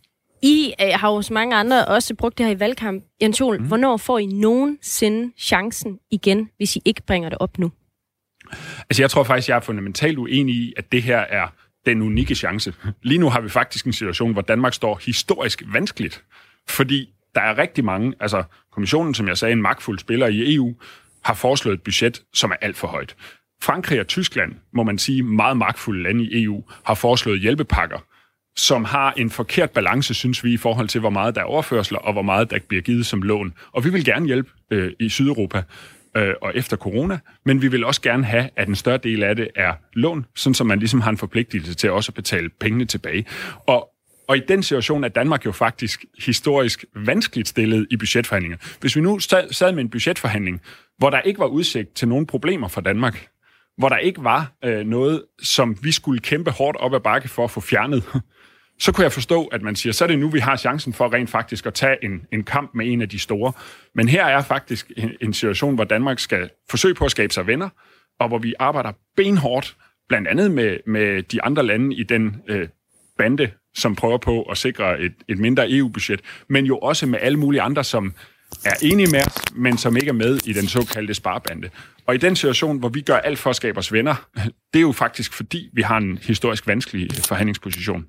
I øh, har jo så mange andre også brugt det her i valgkamp. Jens Joel, mm. hvornår får I nogensinde chancen igen, hvis I ikke bringer det op nu? Altså jeg tror faktisk, jeg er fundamentalt uenig i, at det her er den unikke chance. Lige nu har vi faktisk en situation, hvor Danmark står historisk vanskeligt, fordi der er rigtig mange, altså kommissionen, som jeg sagde, en magtfuld spiller i E U, har foreslået et budget, som er alt for højt. Frankrig og Tyskland, må man sige, meget magtfulde lande i E U, har foreslået hjælpepakker, som har en forkert balance, synes vi, i forhold til, hvor meget der er overførsler, og hvor meget der bliver givet som lån. Og vi vil gerne hjælpe øh, i Sydeuropa øh, og efter corona, men vi vil også gerne have, at en større del af det er lån, sådan som man ligesom har en forpligtelse til også at betale pengene tilbage. Og Og i den situation er Danmark jo faktisk historisk vanskeligt stillet i budgetforhandlinger. Hvis vi nu sad med en budgetforhandling, hvor der ikke var udsigt til nogen problemer for Danmark, hvor der ikke var øh, noget, som vi skulle kæmpe hårdt op ad bakke for at få fjernet, så kunne jeg forstå, at man siger, så er det nu, vi har chancen for rent faktisk at tage en, en kamp med en af de store. Men her er faktisk en, en situation, hvor Danmark skal forsøge på at skabe sig venner, og hvor vi arbejder benhårdt, blandt andet med, med de andre lande i den øh, bande, som prøver på at sikre et, et mindre E U-budget, men jo også med alle mulige andre, som er enige med os, men som ikke er med i den såkaldte sparebande. Og i den situation, hvor vi gør alt for at skabe os venner, det er jo faktisk fordi, vi har en historisk vanskelig forhandlingsposition.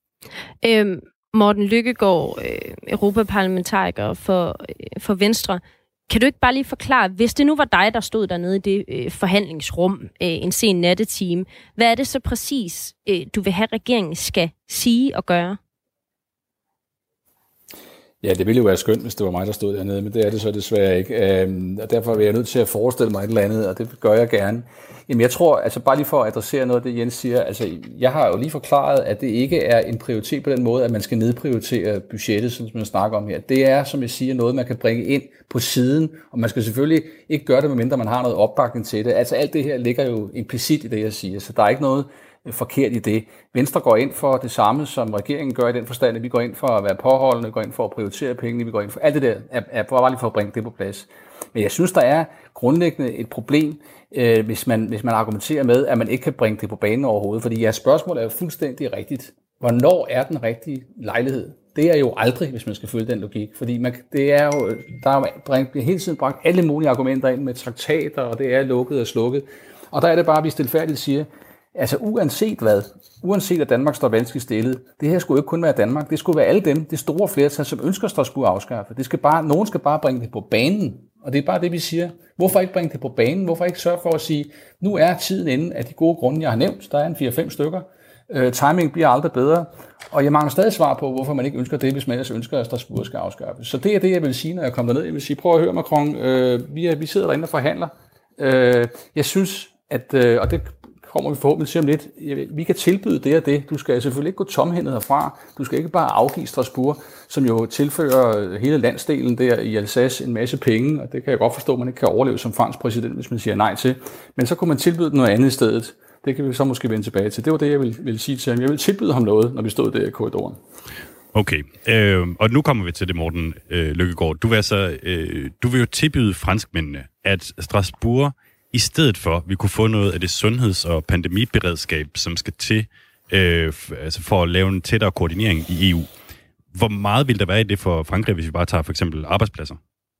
Øhm, Morten Lykkegaard, øh, europaparlamentariker for, øh, for Venstre. Kan du ikke bare lige forklare, hvis det nu var dig, der stod dernede i det øh, forhandlingsrum øh, en sen nattetime, hvad er det så præcis, øh, du vil have, regeringen skal sige og gøre? Ja, det ville jo være skønt, hvis det var mig, der stod dernede, men det er det så desværre ikke. Øhm, og derfor vil jeg nødt til at forestille mig et eller andet, og det gør jeg gerne. Jamen jeg tror, altså bare lige for at adressere noget af det, Jens siger, altså jeg har jo lige forklaret, at det ikke er en prioritet på den måde, at man skal nedprioritere budgettet, som man snakker om her. Det er, som jeg siger, noget, man kan bringe ind på siden, og man skal selvfølgelig ikke gøre det, medmindre man har noget opbakning til det. Altså alt det her ligger jo implicit i det, jeg siger, så der er ikke noget forkert i det. Venstre går ind for det samme, som regeringen gør i den forstand, at vi går ind for at være påholdende, går ind for at prioritere pengene, vi går ind for alt det der, er, er bare lige for at bringe det på plads. Men jeg synes, der er grundlæggende et problem, øh, hvis, man, hvis man argumenterer med, at man ikke kan bringe det på banen overhovedet, fordi jeres spørgsmål er jo fuldstændig rigtigt. Hvornår er den rigtige lejlighed? Det er jo aldrig, hvis man skal følge den logik, fordi man, det er jo, der er hele tiden bragt alle mulige argumenter ind med traktater, og det er lukket og slukket. Og der er det bare, at vi stilfærdigt siger, altså uanset hvad, uanset at Danmark står vanskeligt stillet, det her skulle jo ikke kun være Danmark, det skulle være alle dem, det store flertal, som ønsker Strasbourg afskaffe. Det skal bare, nogen skal bare bringe det på banen, og det er bare det, vi siger. Hvorfor ikke bringe det på banen? Hvorfor ikke sørge for at sige, nu er tiden inde af de gode grunde, jeg har nævnt, der er en fire fem stykker, øh, timing bliver aldrig bedre, og jeg mangler stadig svar på, hvorfor man ikke ønsker det, hvis man ellers ønsker, at Strasbourg skal afskaffes. Så det er det, jeg vil sige, når jeg kommer derned. Jeg vil sige, prøv at høre, Macron, øh, vi, er, vi sidder derinde og forhandler. Øh, jeg synes, at, øh, og det kommer vi forhåbentlig til om lidt. Vi kan tilbyde det og det. Du skal selvfølgelig ikke gå tomhændet herfra. Du skal ikke bare afgive Strasbourg, som jo tilfører hele landsdelen der i Alsace en masse penge, og det kan jeg godt forstå, at man ikke kan overleve som fransk præsident, hvis man siger nej til. Men så kunne man tilbyde noget andet i stedet. Det kan vi så måske vende tilbage til. Det var det, jeg ville, ville sige til ham. Jeg vil tilbyde ham noget, når vi stod der i korridoren. Okay, øh, og nu kommer vi til det, Morten øh, Lykkegaard. Du vil, altså, øh, du vil jo tilbyde franskmændene, at Strasbourg i stedet for, vi kunne få noget af det sundheds- og pandemiberedskab, som skal til øh, f- altså for at lave en tættere koordinering i E U. Hvor meget vil der være i det for Frankrig, hvis vi bare tager for eksempel arbejdspladser?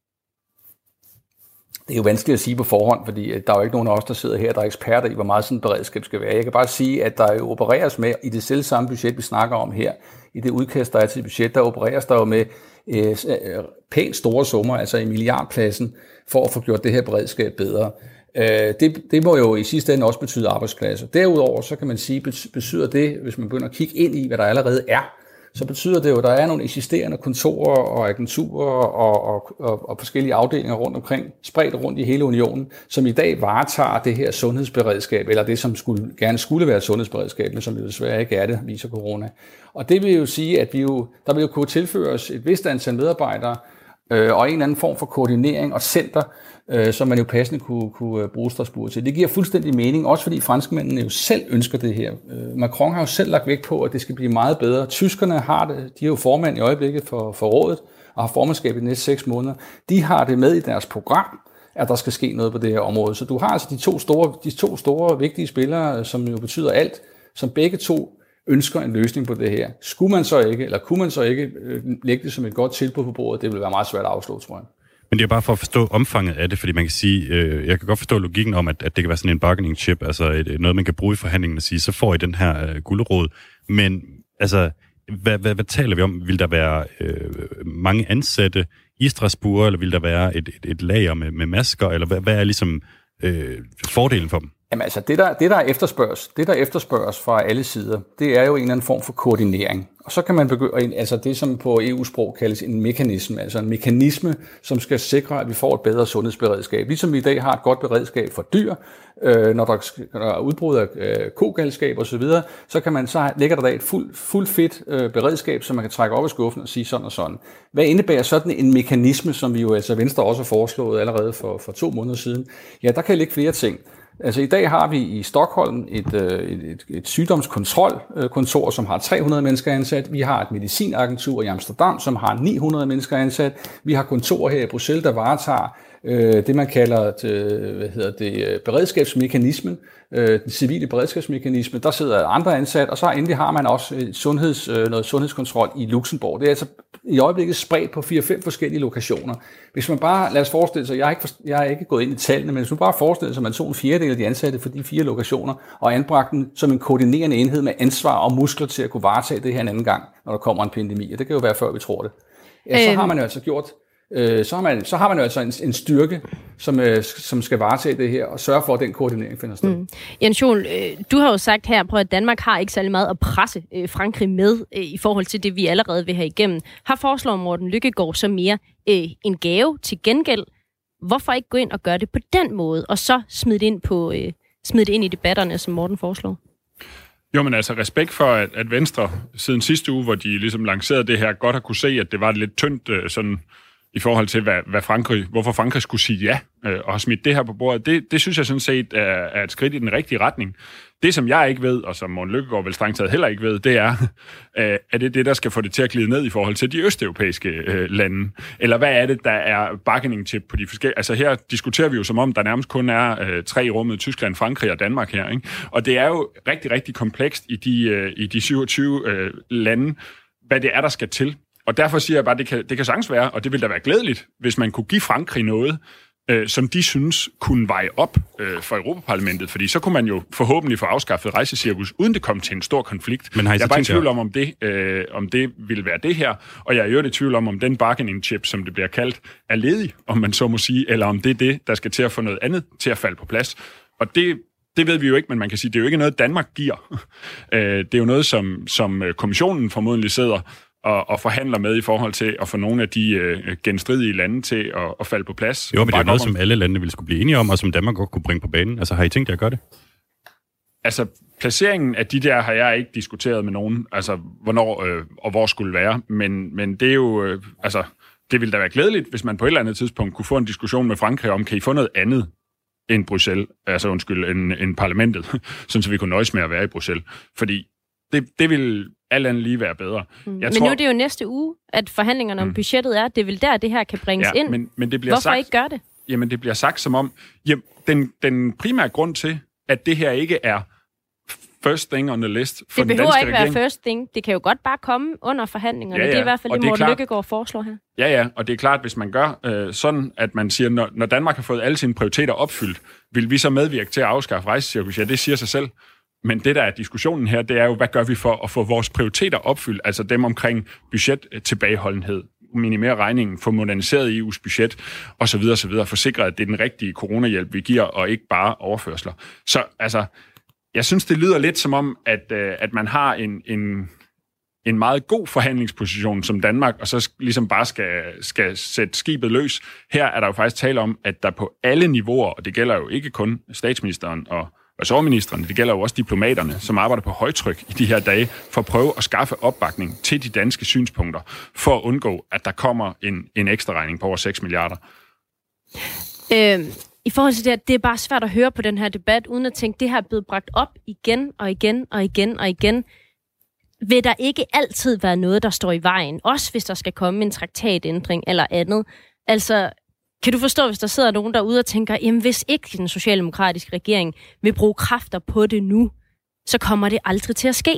Det er jo vanskeligt at sige på forhånd, fordi der er jo ikke nogen af os, der sidder her, der er eksperter i, hvor meget sådan et beredskab skal være. Jeg kan bare sige, at der jo opereres med, i det selv samme budget, vi snakker om her, i det udkast, der er til budget, der opereres der jo med øh, pænt store summer, altså i milliardklassen, for at få gjort det her beredskab bedre. Det, det må jo i sidste ende også betyde arbejdspladser. Derudover så kan man sige, betyder det, hvis man begynder at kigge ind i, hvad der allerede er, så betyder det jo, at der er nogle eksisterende kontorer og agenturer og, og, og, og forskellige afdelinger rundt omkring, spredt rundt i hele unionen, som i dag varetager det her sundhedsberedskab, eller det, som skulle, gerne skulle være et sundhedsberedskab, men som jo desværre ikke er det, viser corona. Og det vil jo sige, at vi jo, der vil jo kunne tilføres et vist antal medarbejdere, øh, og en eller anden form for koordinering og center, øh, som man jo passende kunne, kunne bruge Strasbourg til. Det giver fuldstændig mening, også fordi franskmændene jo selv ønsker det her. Øh, Macron har jo selv lagt vægt på, at det skal blive meget bedre. Tyskerne har det, de er jo formand i øjeblikket for, for rådet, og har formandskab i de næste seks måneder. De har det med i deres program, at der skal ske noget på det her område. Så du har altså de to store, de to store vigtige spillere, som jo betyder alt, som begge to ønsker en løsning på det her. Skulle man så ikke, eller kunne man så ikke øh, lægge det som et godt tilbud på bordet, det vil være meget svært at afslå, tror jeg. Men det er bare for at forstå omfanget af det, fordi man kan sige, øh, jeg kan godt forstå logikken om, at, at det kan være sådan en bargaining chip, altså et, noget, man kan bruge i forhandlingen og sige, så får I den her øh, gulerod. Men altså, hvad, hvad, hvad taler vi om? Vil der være øh, mange ansatte i Strasbourg, eller vil der være et, et, et lager med, med masker, eller hvad, hvad er ligesom øh, fordelen for dem? Jamen altså, det der, det der efterspørges, det der efterspørges fra alle sider, det er jo en eller anden form for koordinering. Og så kan man begynde, altså det som på E U-sprog kaldes en mekanisme, altså en mekanisme, som skal sikre, at vi får et bedre sundhedsberedskab. Ligesom vi i dag har et godt beredskab for dyr, øh, når, der, når der er udbrud af øh, kogalskab osv., så, så kan man så lægger der da et fuldt fuld fedt øh, beredskab, som man kan trække op af skuffen og sige sådan og sådan. Hvad indebærer sådan en mekanisme, som vi jo altså Venstre også har foreslået allerede for, for to måneder siden? Ja, der kan ligge flere ting. Altså i dag har vi i Stockholm et, et, et, et sygdomskontrolkontor, som har tre hundrede mennesker ansat. Vi har et medicinagentur i Amsterdam, som har ni hundrede mennesker ansat. Vi har kontorer her i Bruxelles, der varetager øh, det, man kalder det, hvad hedder det, beredskabsmekanismen, øh, den civile beredskabsmekanisme. Der sidder andre ansat, og så endelig har man også et sundheds, øh, noget sundhedskontrol i Luxembourg. Det er altså i øjeblikket spredt på fire fem forskellige lokationer. Hvis man bare, lad os forestille sig, jeg har ikke, jeg har ikke gået ind i tallene, men hvis man bare forestiller sig, at man tog en fjerdedel af de ansatte for de fire lokationer, og anbragte den som en koordinerende enhed med ansvar og muskler til at kunne varetage det her en anden gang, når der kommer en pandemi. Og det kan jo være, før vi tror det. Ja, så har man jo altså gjort øh, så, har man, så har man jo altså en, en styrke, som, øh, som skal varetage det her, og sørge for, at den koordinering finder sted. Mm. Jens Joel, øh, du har jo sagt her, på, at Danmark har ikke særlig meget at presse øh, Frankrig med, øh, i forhold til det, vi allerede vil have igennem. Har foreslået Morten Løkkegaard så mere øh, en gave til gengæld? Hvorfor ikke gå ind og gøre det på den måde, og så smide det ind, på, øh, smide det ind i debatterne, som Morten foreslår? Jo, men altså respekt for, at, at Venstre siden sidste uge, hvor de ligesom lancerede det her, godt har kunne se, at det var lidt tyndt øh, sådan i forhold til, hvad, hvad Frankrig, hvorfor Frankrig skulle sige ja øh, og have smidt det her på bordet. Det, det synes jeg sådan set er, er et skridt i den rigtige retning. Det, som jeg ikke ved, og som Morten Løkkegaard vel strengt taget heller ikke ved, det er, øh, er det det, der skal få det til at glide ned i forhold til de østeuropæiske øh, lande? Eller hvad er det, der er bargaining chip på de forskellige... Altså her diskuterer vi jo som om, der nærmest kun er øh, tre i rummet, Tyskland, Frankrig og Danmark her, ikke? Og det er jo rigtig, rigtig komplekst i de, øh, i de syvogtyve øh, lande, hvad det er, der skal til. Og derfor siger jeg bare, at det kan, det kan sagtens være, og det ville da være glædeligt, hvis man kunne give Frankrig noget, øh, som de synes kunne veje op øh, for Europaparlamentet, fordi så kunne man jo forhåbentlig få afskaffet rejsecirkus, uden det kom til en stor konflikt. Men jeg er bare i tvivl om, om det, øh, om det vil være det her, og jeg er jo i tvivl om, om den bargaining chip, som det bliver kaldt, er ledig, om man så må sige, eller om det er det, der skal til at få noget andet til at falde på plads. Og det... Det ved vi jo ikke, men man kan sige, det er jo ikke noget, Danmark giver. Det er jo noget, som, som kommissionen formodentlig sidder og, og forhandler med i forhold til at få nogle af de øh, genstridige lande til at, at falde på plads. Jo, men det er noget, som alle lande ville skulle blive enige om, og som Danmark godt kunne bringe på banen. Altså, har I tænkt jer at gøre det? Altså, placeringen af de der har jeg ikke diskuteret med nogen, altså, hvornår øh, og hvor skulle være. Men, men det er jo, øh, altså, det ville da være glædeligt, hvis man på et eller andet tidspunkt kunne få en diskussion med Frankrig om, kan I få noget andet end Bruxelles, altså undskyld, end, end parlamentet, sådan så vi kunne nøjes med at være i Bruxelles. Fordi det, det vil alt andet lige være bedre. Mm. Jeg men tror, nu er det jo næste uge, at forhandlingerne om mm. budgettet er, det vil der, det her kan bringes ja, ind. Men, men det bliver Hvorfor sagt, ikke gøre det? Jamen, det bliver sagt som om, jamen, den, den primære grund til, at det her ikke er first thing on the list for det den danske regering... Det behøver ikke være first thing. Det kan jo godt bare komme under forhandlingerne. Ja, ja. Det er i hvert fald og det, det Morten klart... Løkkegaard foreslår her. Ja, ja, og det er klart, hvis man gør øh, sådan, at man siger, når, når Danmark har fået alle sine prioriteter opfyldt, vil vi så medvirke til at afskaffe rejsecirkus? Ja, det siger sig selv. Men det, der er diskussionen her, det er jo, hvad gør vi for at få vores prioriteter opfyldt? Altså dem omkring budgettilbageholdenhed, minimere regningen, få moderniseret E U's budget, osv. osv. Forsikre, at det er den rigtige coronahjælp, vi giver, og ikke bare overførsler. Så altså... Jeg synes, det lyder lidt som om, at, øh, at man har en, en, en meget god forhandlingsposition som Danmark, og så ligesom bare skal, skal sætte skibet løs. Her er der jo faktisk tale om, at der på alle niveauer, og det gælder jo ikke kun statsministeren og ressortministeren, det gælder jo også diplomaterne, som arbejder på højtryk i de her dage, for at prøve at skaffe opbakning til de danske synspunkter, for at undgå, at der kommer en, en ekstra regning på over seks milliarder. Øhm. I forhold til det her, det er bare svært at høre på den her debat, uden at tænke, det her er blevet bragt op igen og igen og igen og igen. Vil der ikke altid være noget, der står i vejen? Også hvis der skal komme en traktatændring eller andet. Altså, kan du forstå, hvis der sidder nogen derude og tænker, jamen hvis ikke den socialdemokratiske regering vil bruge kræfter på det nu, så kommer det aldrig til at ske?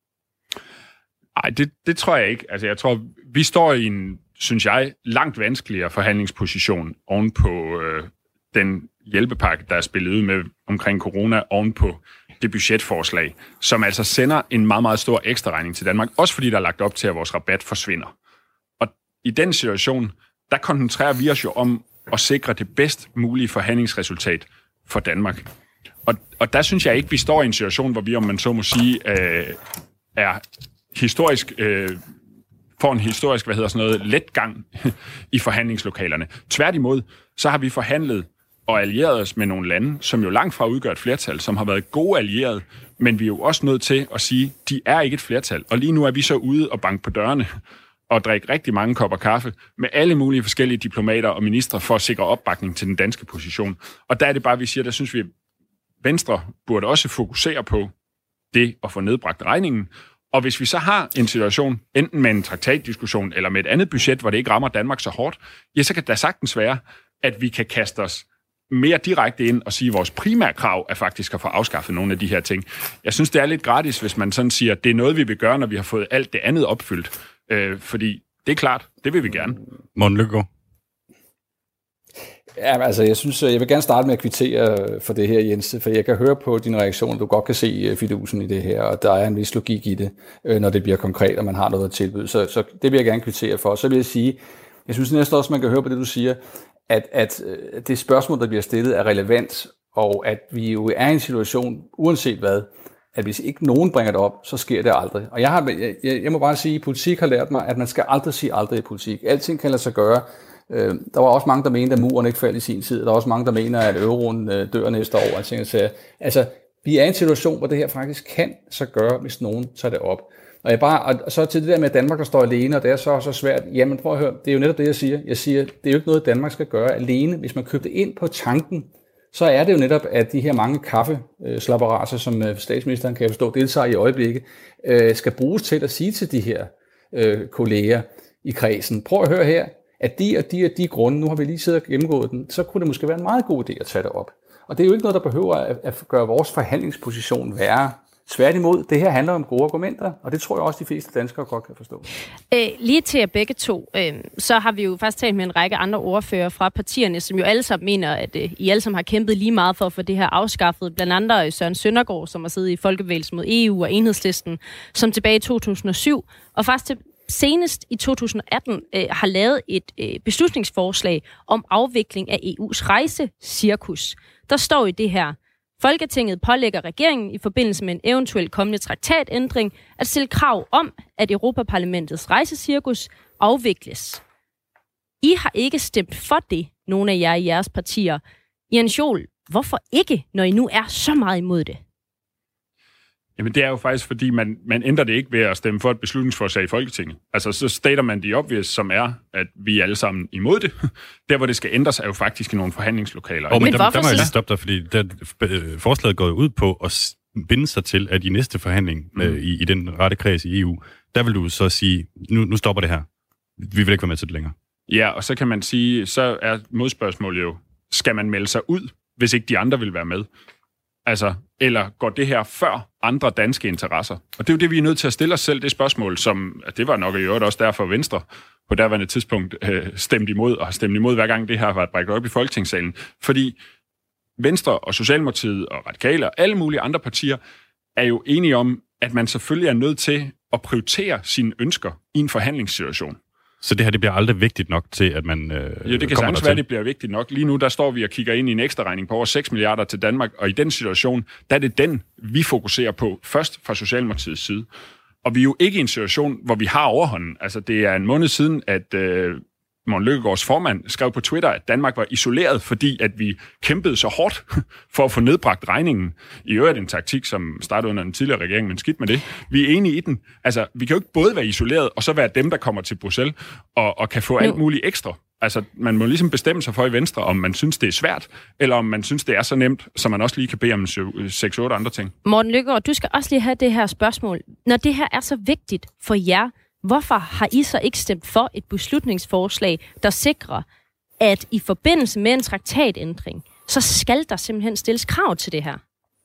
Nej, det, det tror jeg ikke. Altså, jeg tror, vi står i en, synes jeg, langt vanskeligere forhandlingsposition ovenpå... Øh, den hjælpepakke, der er spillet ud med omkring corona ovenpå det budgetforslag, som altså sender en meget, meget stor ekstra regning til Danmark, også fordi der er lagt op til, at vores rabat forsvinder. Og i den situation, der koncentrerer vi os jo om at sikre det bedst mulige forhandlingsresultat for Danmark. Og, og der synes jeg ikke, vi står i en situation, hvor vi, om man så må sige, øh, er historisk... Øh, får en historisk, hvad hedder sådan noget, letgang i forhandlingslokalerne. Tværtimod, så har vi forhandlet og allieret os med nogle lande, som jo langt fra udgør et flertal, som har været gode allierede, men vi er jo også nødt til at sige, de er ikke et flertal. Og lige nu er vi så ude og banke på dørene og drikke rigtig mange kopper kaffe med alle mulige forskellige diplomater og ministre for at sikre opbakning til den danske position. Og der er det bare, vi siger, der synes vi, at Venstre burde også fokusere på det at få nedbragt regningen. Og hvis vi så har en situation, enten med en traktatdiskussion eller med et andet budget, hvor det ikke rammer Danmark så hårdt, ja, så kan det sagtens være, at vi kan kaste os mere direkte ind og sige, at vores primære krav er faktisk at få afskaffet nogle af de her ting. Jeg synes, det er lidt gratis, hvis man sådan siger, at det er noget, vi vil gøre, når vi har fået alt det andet opfyldt. Øh, fordi det er klart, det vil vi gerne. Morten Løkkegaard. Ja, altså, jeg synes, jeg vil gerne starte med at kvittere for det her, Jens, for jeg kan høre på din reaktion, du godt kan se fidusen i det her, og der er en vis logik i det, når det bliver konkret, og man har noget at tilbyde. Så, så det vil jeg gerne kvittere for. Så vil jeg sige, Jeg synes næsten også, man kan høre på det, du siger, at, at det spørgsmål, der bliver stillet, er relevant, og at vi jo er i en situation, uanset hvad, at hvis ikke nogen bringer det op, så sker det aldrig. Og jeg, har, jeg, jeg må bare sige, at politik har lært mig, at man skal aldrig sige aldrig i politik. Alting kan lade sig gøre. Øh, der var også mange, der mente, at muren ikke faldt i sin tid. Der var også mange, der mener, at euroen øh, dør næste år. Altså, altså, vi er i en situation, hvor det her faktisk kan så gøre, hvis nogen tager det op. Og, jeg bare, og så til det der med, at Danmark der står alene, og det er så, så svært. Jamen prøv at høre, det er jo netop det, jeg siger. Jeg siger, det er jo ikke noget, Danmark skal gøre alene. Hvis man købte ind på tanken, så er det jo netop, at de her mange kaffeslapperaser, som statsministeren, kan jeg forstå, deltager i øjeblikket, skal bruges til at sige til de her øh, kolleger i kredsen. Prøv at høre her, at de og de og de grunde, nu har vi lige siddet og gennemgået den, så kunne det måske være en meget god idé at tage det op. Og det er jo ikke noget, der behøver at gøre vores forhandlingsposition værre. Tværtimod, det her handler om gode argumenter, og det tror jeg også, de fleste danskere godt kan forstå. Øh, lige til jer begge to, øh, så har vi jo faktisk talt med en række andre ordfører fra partierne, som jo alle sammen mener, at øh, I alle sammen har kæmpet lige meget for at få det her afskaffet. Blandt andet Søren Søndergaard, som har siddet i Folkebevægelsen mod E U og Enhedslisten, som tilbage i to tusind og syv, og faktisk til senest i to tusind og atten øh, har lavet et øh, beslutningsforslag om afvikling af E U's rejsecirkus. Der står i det her: Folketinget pålægger regeringen i forbindelse med en eventuel kommende traktatændring at stille krav om, at Europaparlamentets rejsecirkus afvikles. I har ikke stemt for det, nogle af jer i jeres partier. Jens Joel, hvorfor ikke, når I nu er så meget imod det? Jamen det er jo faktisk, fordi man, man ændrer det ikke ved at stemme for et beslutningsforslag i Folketinget. Altså så stater man de obvious, som er, at vi er alle sammen imod det. Der, hvor det skal ændres, er jo faktisk i nogle forhandlingslokaler. Og men der, der må jeg lige stoppe dig, fordi der, forslaget går ud på at binde sig til, at i næste forhandling mm. øh, i, i den rette kreds i E U, der vil du så sige, nu, nu stopper det her. Vi vil ikke være med til det længere. Ja, og så kan man sige, så er modspørgsmålet jo, skal man melde sig ud, hvis ikke de andre vil være med? Altså, eller går det her før andre danske interesser? Og det er jo det, vi er nødt til at stille os selv, det spørgsmål, som, det var nok i øvrigt også derfor Venstre på derværende tidspunkt øh, stemte imod, og har stemt imod hver gang det her har været brækket op i Folketingssalen. Fordi Venstre og Socialdemokratiet og Radikale og alle mulige andre partier er jo enige om, at man selvfølgelig er nødt til at prioritere sine ønsker i en forhandlingssituation. Så det her, det bliver aldrig vigtigt nok til, at man øh, ja, det kan sagtens være, det bliver vigtigt nok. Lige nu, der står vi og kigger ind i en ekstra regning på over seks milliarder til Danmark, og i den situation, der er det den, vi fokuserer på først fra Socialdemokratiets side. Og vi er jo ikke i en situation, hvor vi har overhånden. Altså, det er en måned siden, at øh, Morten Løkkegaards formand skrev på Twitter, at Danmark var isoleret, fordi at vi kæmpede så hårdt for at få nedbragt regningen. I øvrigt en taktik, som startede under den tidligere regering, men skidt med det. Vi er enige i den. Altså, vi kan jo ikke både være isoleret, og så være dem, der kommer til Bruxelles, og, og kan få alt muligt ekstra. Altså, man må ligesom bestemme sig for i Venstre, om man synes, det er svært, eller om man synes, det er så nemt, så man også lige kan bede om seks otte andre ting. Morten Løkkegaard, du skal også lige have det her spørgsmål. Når det her er så vigtigt for jer, hvorfor har I så ikke stemt for et beslutningsforslag, der sikrer, at i forbindelse med en traktatændring, så skal der simpelthen stilles krav til det her?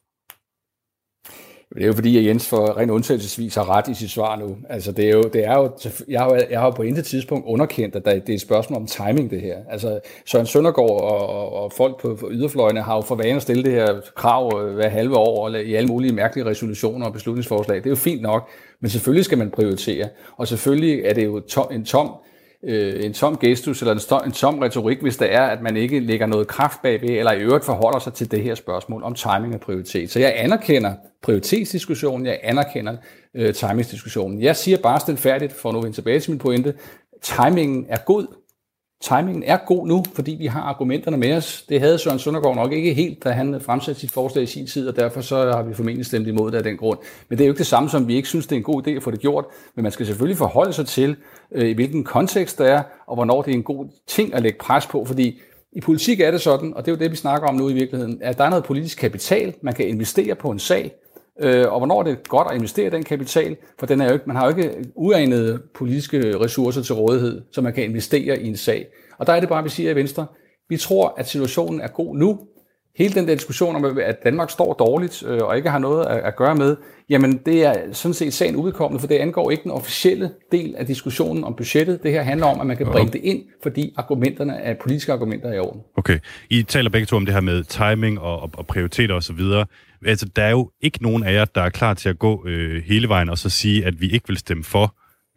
Det er jo fordi, at Jens for rent undtagelsesvis har ret i sit svar nu. Altså, det er jo, det er jo, jeg, har, jeg har jo på intet tidspunkt underkendt, at det er et spørgsmål om timing, det her. Altså, Søren Søndergaard og, og, og folk på yderfløjene har jo for vane at stille det her krav hver halve år eller i alle mulige mærkelige resolutioner og beslutningsforslag. Det er jo fint nok, men selvfølgelig skal man prioritere. Og selvfølgelig er det jo tom, en tom øh, en tom gestus eller en, tom, en tom retorik, hvis det er, at man ikke lægger noget kraft bagved, eller i øvrigt forholder sig til det her spørgsmål om timing og prioritet. Så jeg anerkender prioritetsdiskussionen, jeg anerkender øh, timingsdiskussionen. Jeg siger bare stilfærdigt, for nu at vende tilbage til min pointe, timingen er god. Timingen er god nu, fordi vi har argumenterne med os. Det havde Søren Søndergaard nok ikke helt, da han fremsatte sit forslag i sin tid, og derfor så har vi formentlig stemt imod det af den grund. Men det er jo ikke det samme som, vi ikke synes, det er en god idé at få det gjort, men man skal selvfølgelig forholde sig til, øh, i hvilken kontekst det er, og hvornår det er en god ting at lægge pres på, fordi i politik er det sådan, og det er jo det, vi snakker om nu i virkeligheden, at der er noget politisk kapital, man kan investere på en sag, og hvornår det er godt at investere den kapital, for den er jo ikke, man har jo ikke uanede politiske ressourcer til rådighed, så man kan investere i en sag. Og der er det bare, vi siger i Venstre, vi tror, at situationen er god nu. Hele den der diskussion om, at Danmark står dårligt og ikke har noget at gøre med, jamen det er sådan set sagen uvedkommende, for det angår ikke den officielle del af diskussionen om budgettet. Det her handler om, at man kan bringe det ind, fordi argumenterne er politiske argumenter er i orden. Okay. I taler begge to om det her med timing og, og, og prioriteter og så videre. Altså, der er jo ikke nogen af jer, der er klar til at gå øh, hele vejen og så sige, at vi ikke vil stemme for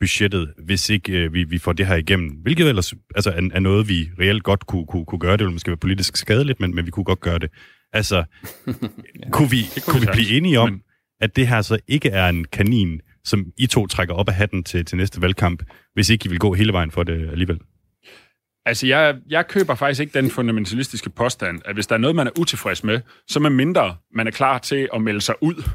budgettet, hvis ikke øh, vi, vi får det her igennem. Hvilket ellers altså, er, er noget, vi reelt godt kunne, kunne, kunne gøre. Det ville måske være politisk skadeligt, men, men vi kunne godt gøre det. Altså, ja, kunne vi, kunne kunne vi blive enige om, men... at det her så ikke er en kanin, som I to trækker op af hatten til, til næste valgkamp, hvis ikke I vil gå hele vejen for det alligevel? Altså, jeg, jeg køber faktisk ikke den fundamentalistiske påstand, at hvis der er noget, man er utilfreds med, så med mindre man er klar til at melde sig ud,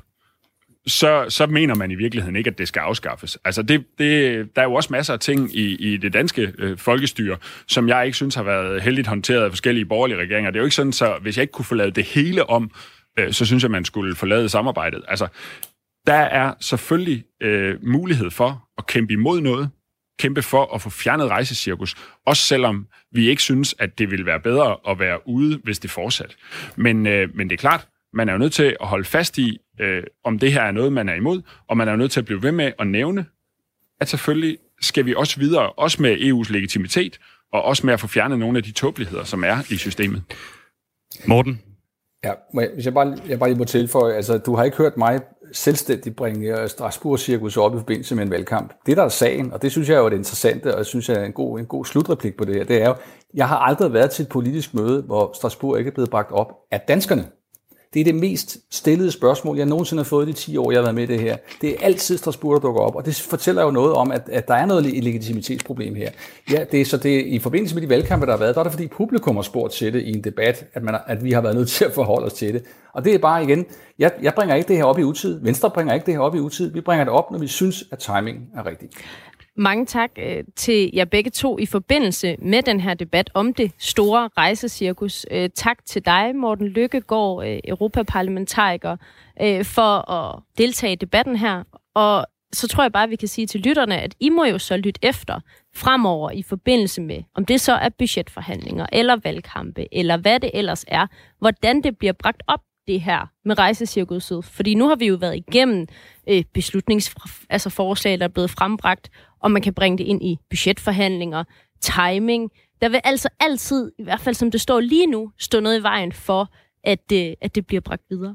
så, så mener man i virkeligheden ikke, at det skal afskaffes. Altså, det, det, der er jo også masser af ting i, i det danske øh, folkestyre, som jeg ikke synes har været heldigt håndteret af forskellige borgerlige regeringer. Det er jo ikke sådan, så hvis jeg ikke kunne få lavet det hele om, øh, så synes jeg, man skulle forlade samarbejdet. Altså, der er selvfølgelig øh, mulighed for at kæmpe imod noget, kæmpe for at få fjernet rejsecirkus, også selvom vi ikke synes, at det ville være bedre at være ude, hvis det fortsat. Men, øh, men det er klart, man er jo nødt til at holde fast i, øh, om det her er noget, man er imod, og man er jo nødt til at blive ved med at nævne, at selvfølgelig skal vi også videre, også med E U's legitimitet, og også med at få fjernet nogle af de tåbeligheder, som er i systemet. Morten? Ja, hvis jeg bare, jeg bare lige må tilføje, altså du har ikke hørt mig selvstændigt bringe Strasbourg-cirkus op i forbindelse med en valgkamp. Det der er sagen, og det synes jeg er jo det interessante, og jeg synes er en god, en god slutreplik på det her, det er jo, jeg har aldrig været til et politisk møde, hvor Strasbourg ikke er blevet bragt op af danskerne. Det er det mest stillede spørgsmål, jeg nogensinde har fået i de ti år, jeg har været med i det her. Det er altid Strasbourg, der dukker op, og det fortæller jo noget om, at, at der er noget legitimitetsproblem her. Ja, det er, så det, i forbindelse med de valgkampe, der har været, der er det fordi publikum har spurgt til det i en debat, at, man, at vi har været nødt til at forholde os til det. Og det er bare igen, jeg, jeg bringer ikke det her op i utid, Venstre bringer ikke det her op i utid, vi bringer det op, når vi synes, at timingen er rigtig. Mange tak øh, til jer begge to i forbindelse med den her debat om det store rejsecirkus. Øh, tak til dig, Morten Lykkegaard, øh, europaparlamentariker, øh, for at deltage i debatten her. Og så tror jeg bare, at vi kan sige til lytterne, at I må jo så lytte efter fremover i forbindelse med, om det så er budgetforhandlinger, eller valgkampe, eller hvad det ellers er, hvordan det bliver bragt op, det her med rejsecirkuset. Fordi nu har vi jo været igennem øh, beslutningsforslag, altså forslag, der er blevet frembragt, og man kan bringe det ind i budgetforhandlinger, timing. Der vil altså altid, i hvert fald som det står lige nu, stå noget i vejen for, at, øh, at det bliver bragt videre.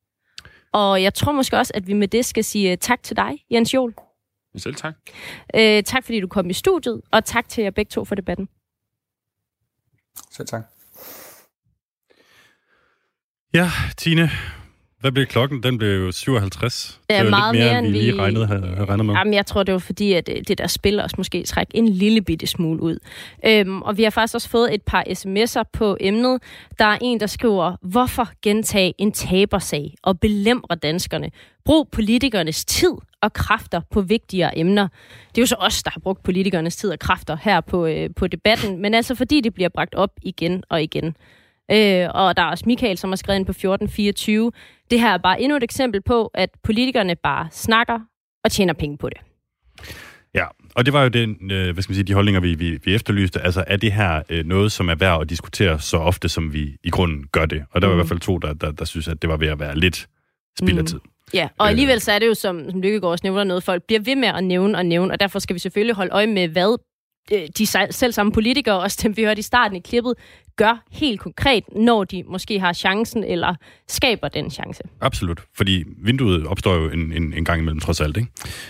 Og jeg tror måske også, at vi med det skal sige uh, tak til dig, Jens Joel. Selv tak. Øh, tak fordi du kom i studiet, og tak til jer begge to for debatten. Selv tak. Ja, Tine, hvad blev klokken? Den blev jo syvoghalvtreds. Det er det meget lidt mere, mere, end vi lige regnede, havde regnet med. Jamen, jeg tror, det var fordi, at det der spil også måske træk en lille bitte smule ud. Øhm, og vi har faktisk også fået et par sms'er på emnet. Der er en, der skriver, hvorfor gentage en tabersag og belemre danskerne? Brug politikernes tid og kræfter på vigtigere emner. Det er jo så os, der har brugt politikernes tid og kræfter her på, øh, på debatten, men altså fordi det bliver bragt op igen og igen. Øh, og der er også Michael, som har skrevet ind på fjorten fireogtyve. Det her er bare endnu et eksempel på, at politikerne bare snakker og tjener penge på det. Ja, og det var jo den, øh, hvad skal man sige, de holdninger, vi, vi, vi efterlyste. Altså, er det her øh, noget, som er værd at diskutere så ofte, som vi i grunden gør det? Og der var mm. i hvert fald to, der, der, der synes, at det var ved at være lidt spild af tid. Mm. Ja, og alligevel så er det jo, som, som Lykkegaard også nævner noget, folk bliver ved med at nævne og nævne, og derfor skal vi selvfølgelig holde øje med, hvad de selv samme politikere, også dem vi hørte i starten i klippet, gør helt konkret, når de måske har chancen, eller skaber den chance. Absolut, fordi vinduet opstår jo en, en, en gang imellem trods alt, ikke?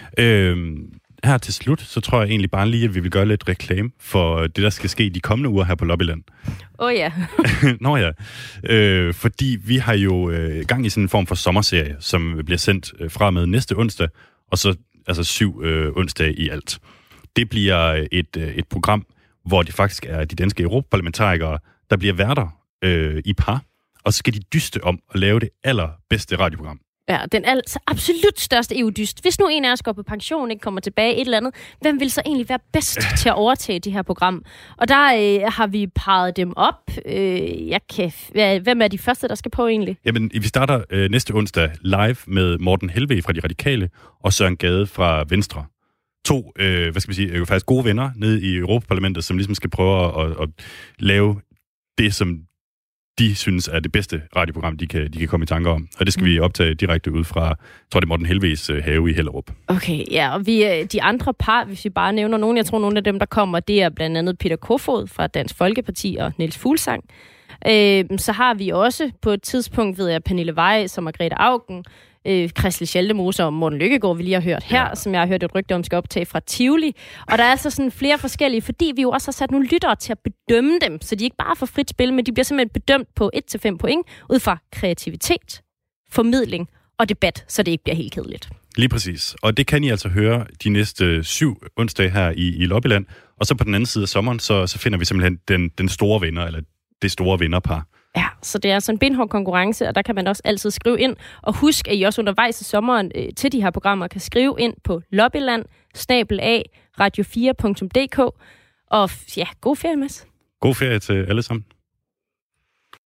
Øhm, her til slut, så tror jeg egentlig bare lige, at vi vil gøre lidt reklame for det, der skal ske de kommende uger her på Lobbyland. Åh oh, ja. Nå ja, øh, fordi vi har jo øh, gang i sådan en form for sommerserie, som bliver sendt øh, fra med næste onsdag, og så altså syv øh, onsdage i alt. Det bliver et, et program, hvor det faktisk er de danske europaparlamentarikere, der bliver værter øh, i par, og så skal de dyste om at lave det allerbedste radioprogram. Ja, den altså absolut største E U-dyst. Hvis nu en af os går på pension, ikke kommer tilbage et eller andet, hvem vil så egentlig være bedst til at overtage det her program? Og der øh, har vi parret dem op. Øh, jeg kan, hvem er de første, der skal på egentlig? Jamen, vi starter øh, næste onsdag live med Morten Helveg fra De Radikale og Søren Gade fra Venstre. To, øh, hvad skal vi sige, er jo faktisk gode venner nede i Europaparlamentet, som ligesom skal prøve at, at lave det, som de synes er det bedste radioprogram, de kan, de kan komme i tanker om. Og det skal mm. vi optage direkte ud fra, jeg tror det er Morten Helvegs have i Hellerup. Okay, ja, og vi, de andre par, hvis vi bare nævner nogen, jeg tror nogle af dem, der kommer, det er blandt andet Peter Kofod fra Dansk Folkeparti og Niels Fuglsang. Øh, så har vi også på et tidspunkt, ved jeg, Pernille Weiss og Margrethe Auken. øh, Christel Schaldemose og Morten Lykkegaard, vi lige har hørt her, ja. som jeg har hørt et rygte om, skal optage fra Tivoli. Og der er altså sådan flere forskellige, fordi vi jo også har sat nogle lyttere til at bedømme dem, så de ikke bare får frit spil, men de bliver simpelthen bedømt på et til fem point, ud fra kreativitet, formidling og debat, så det ikke bliver helt kedeligt. Lige præcis. Og det kan I altså høre de næste syv onsdage her i, i Lobbyland. Og så på den anden side af sommeren, så, så finder vi simpelthen den, den store vinder, eller det store vinderpar. Ja, så det er altså en benhård konkurrence, og der kan man også altid skrive ind. Og husk, at I også undervejs i sommeren øh, til de her programmer kan skrive ind på lobbyland bindestreg radio fire punktum d k. Og ja, god ferie, Mads. God ferie til alle sammen.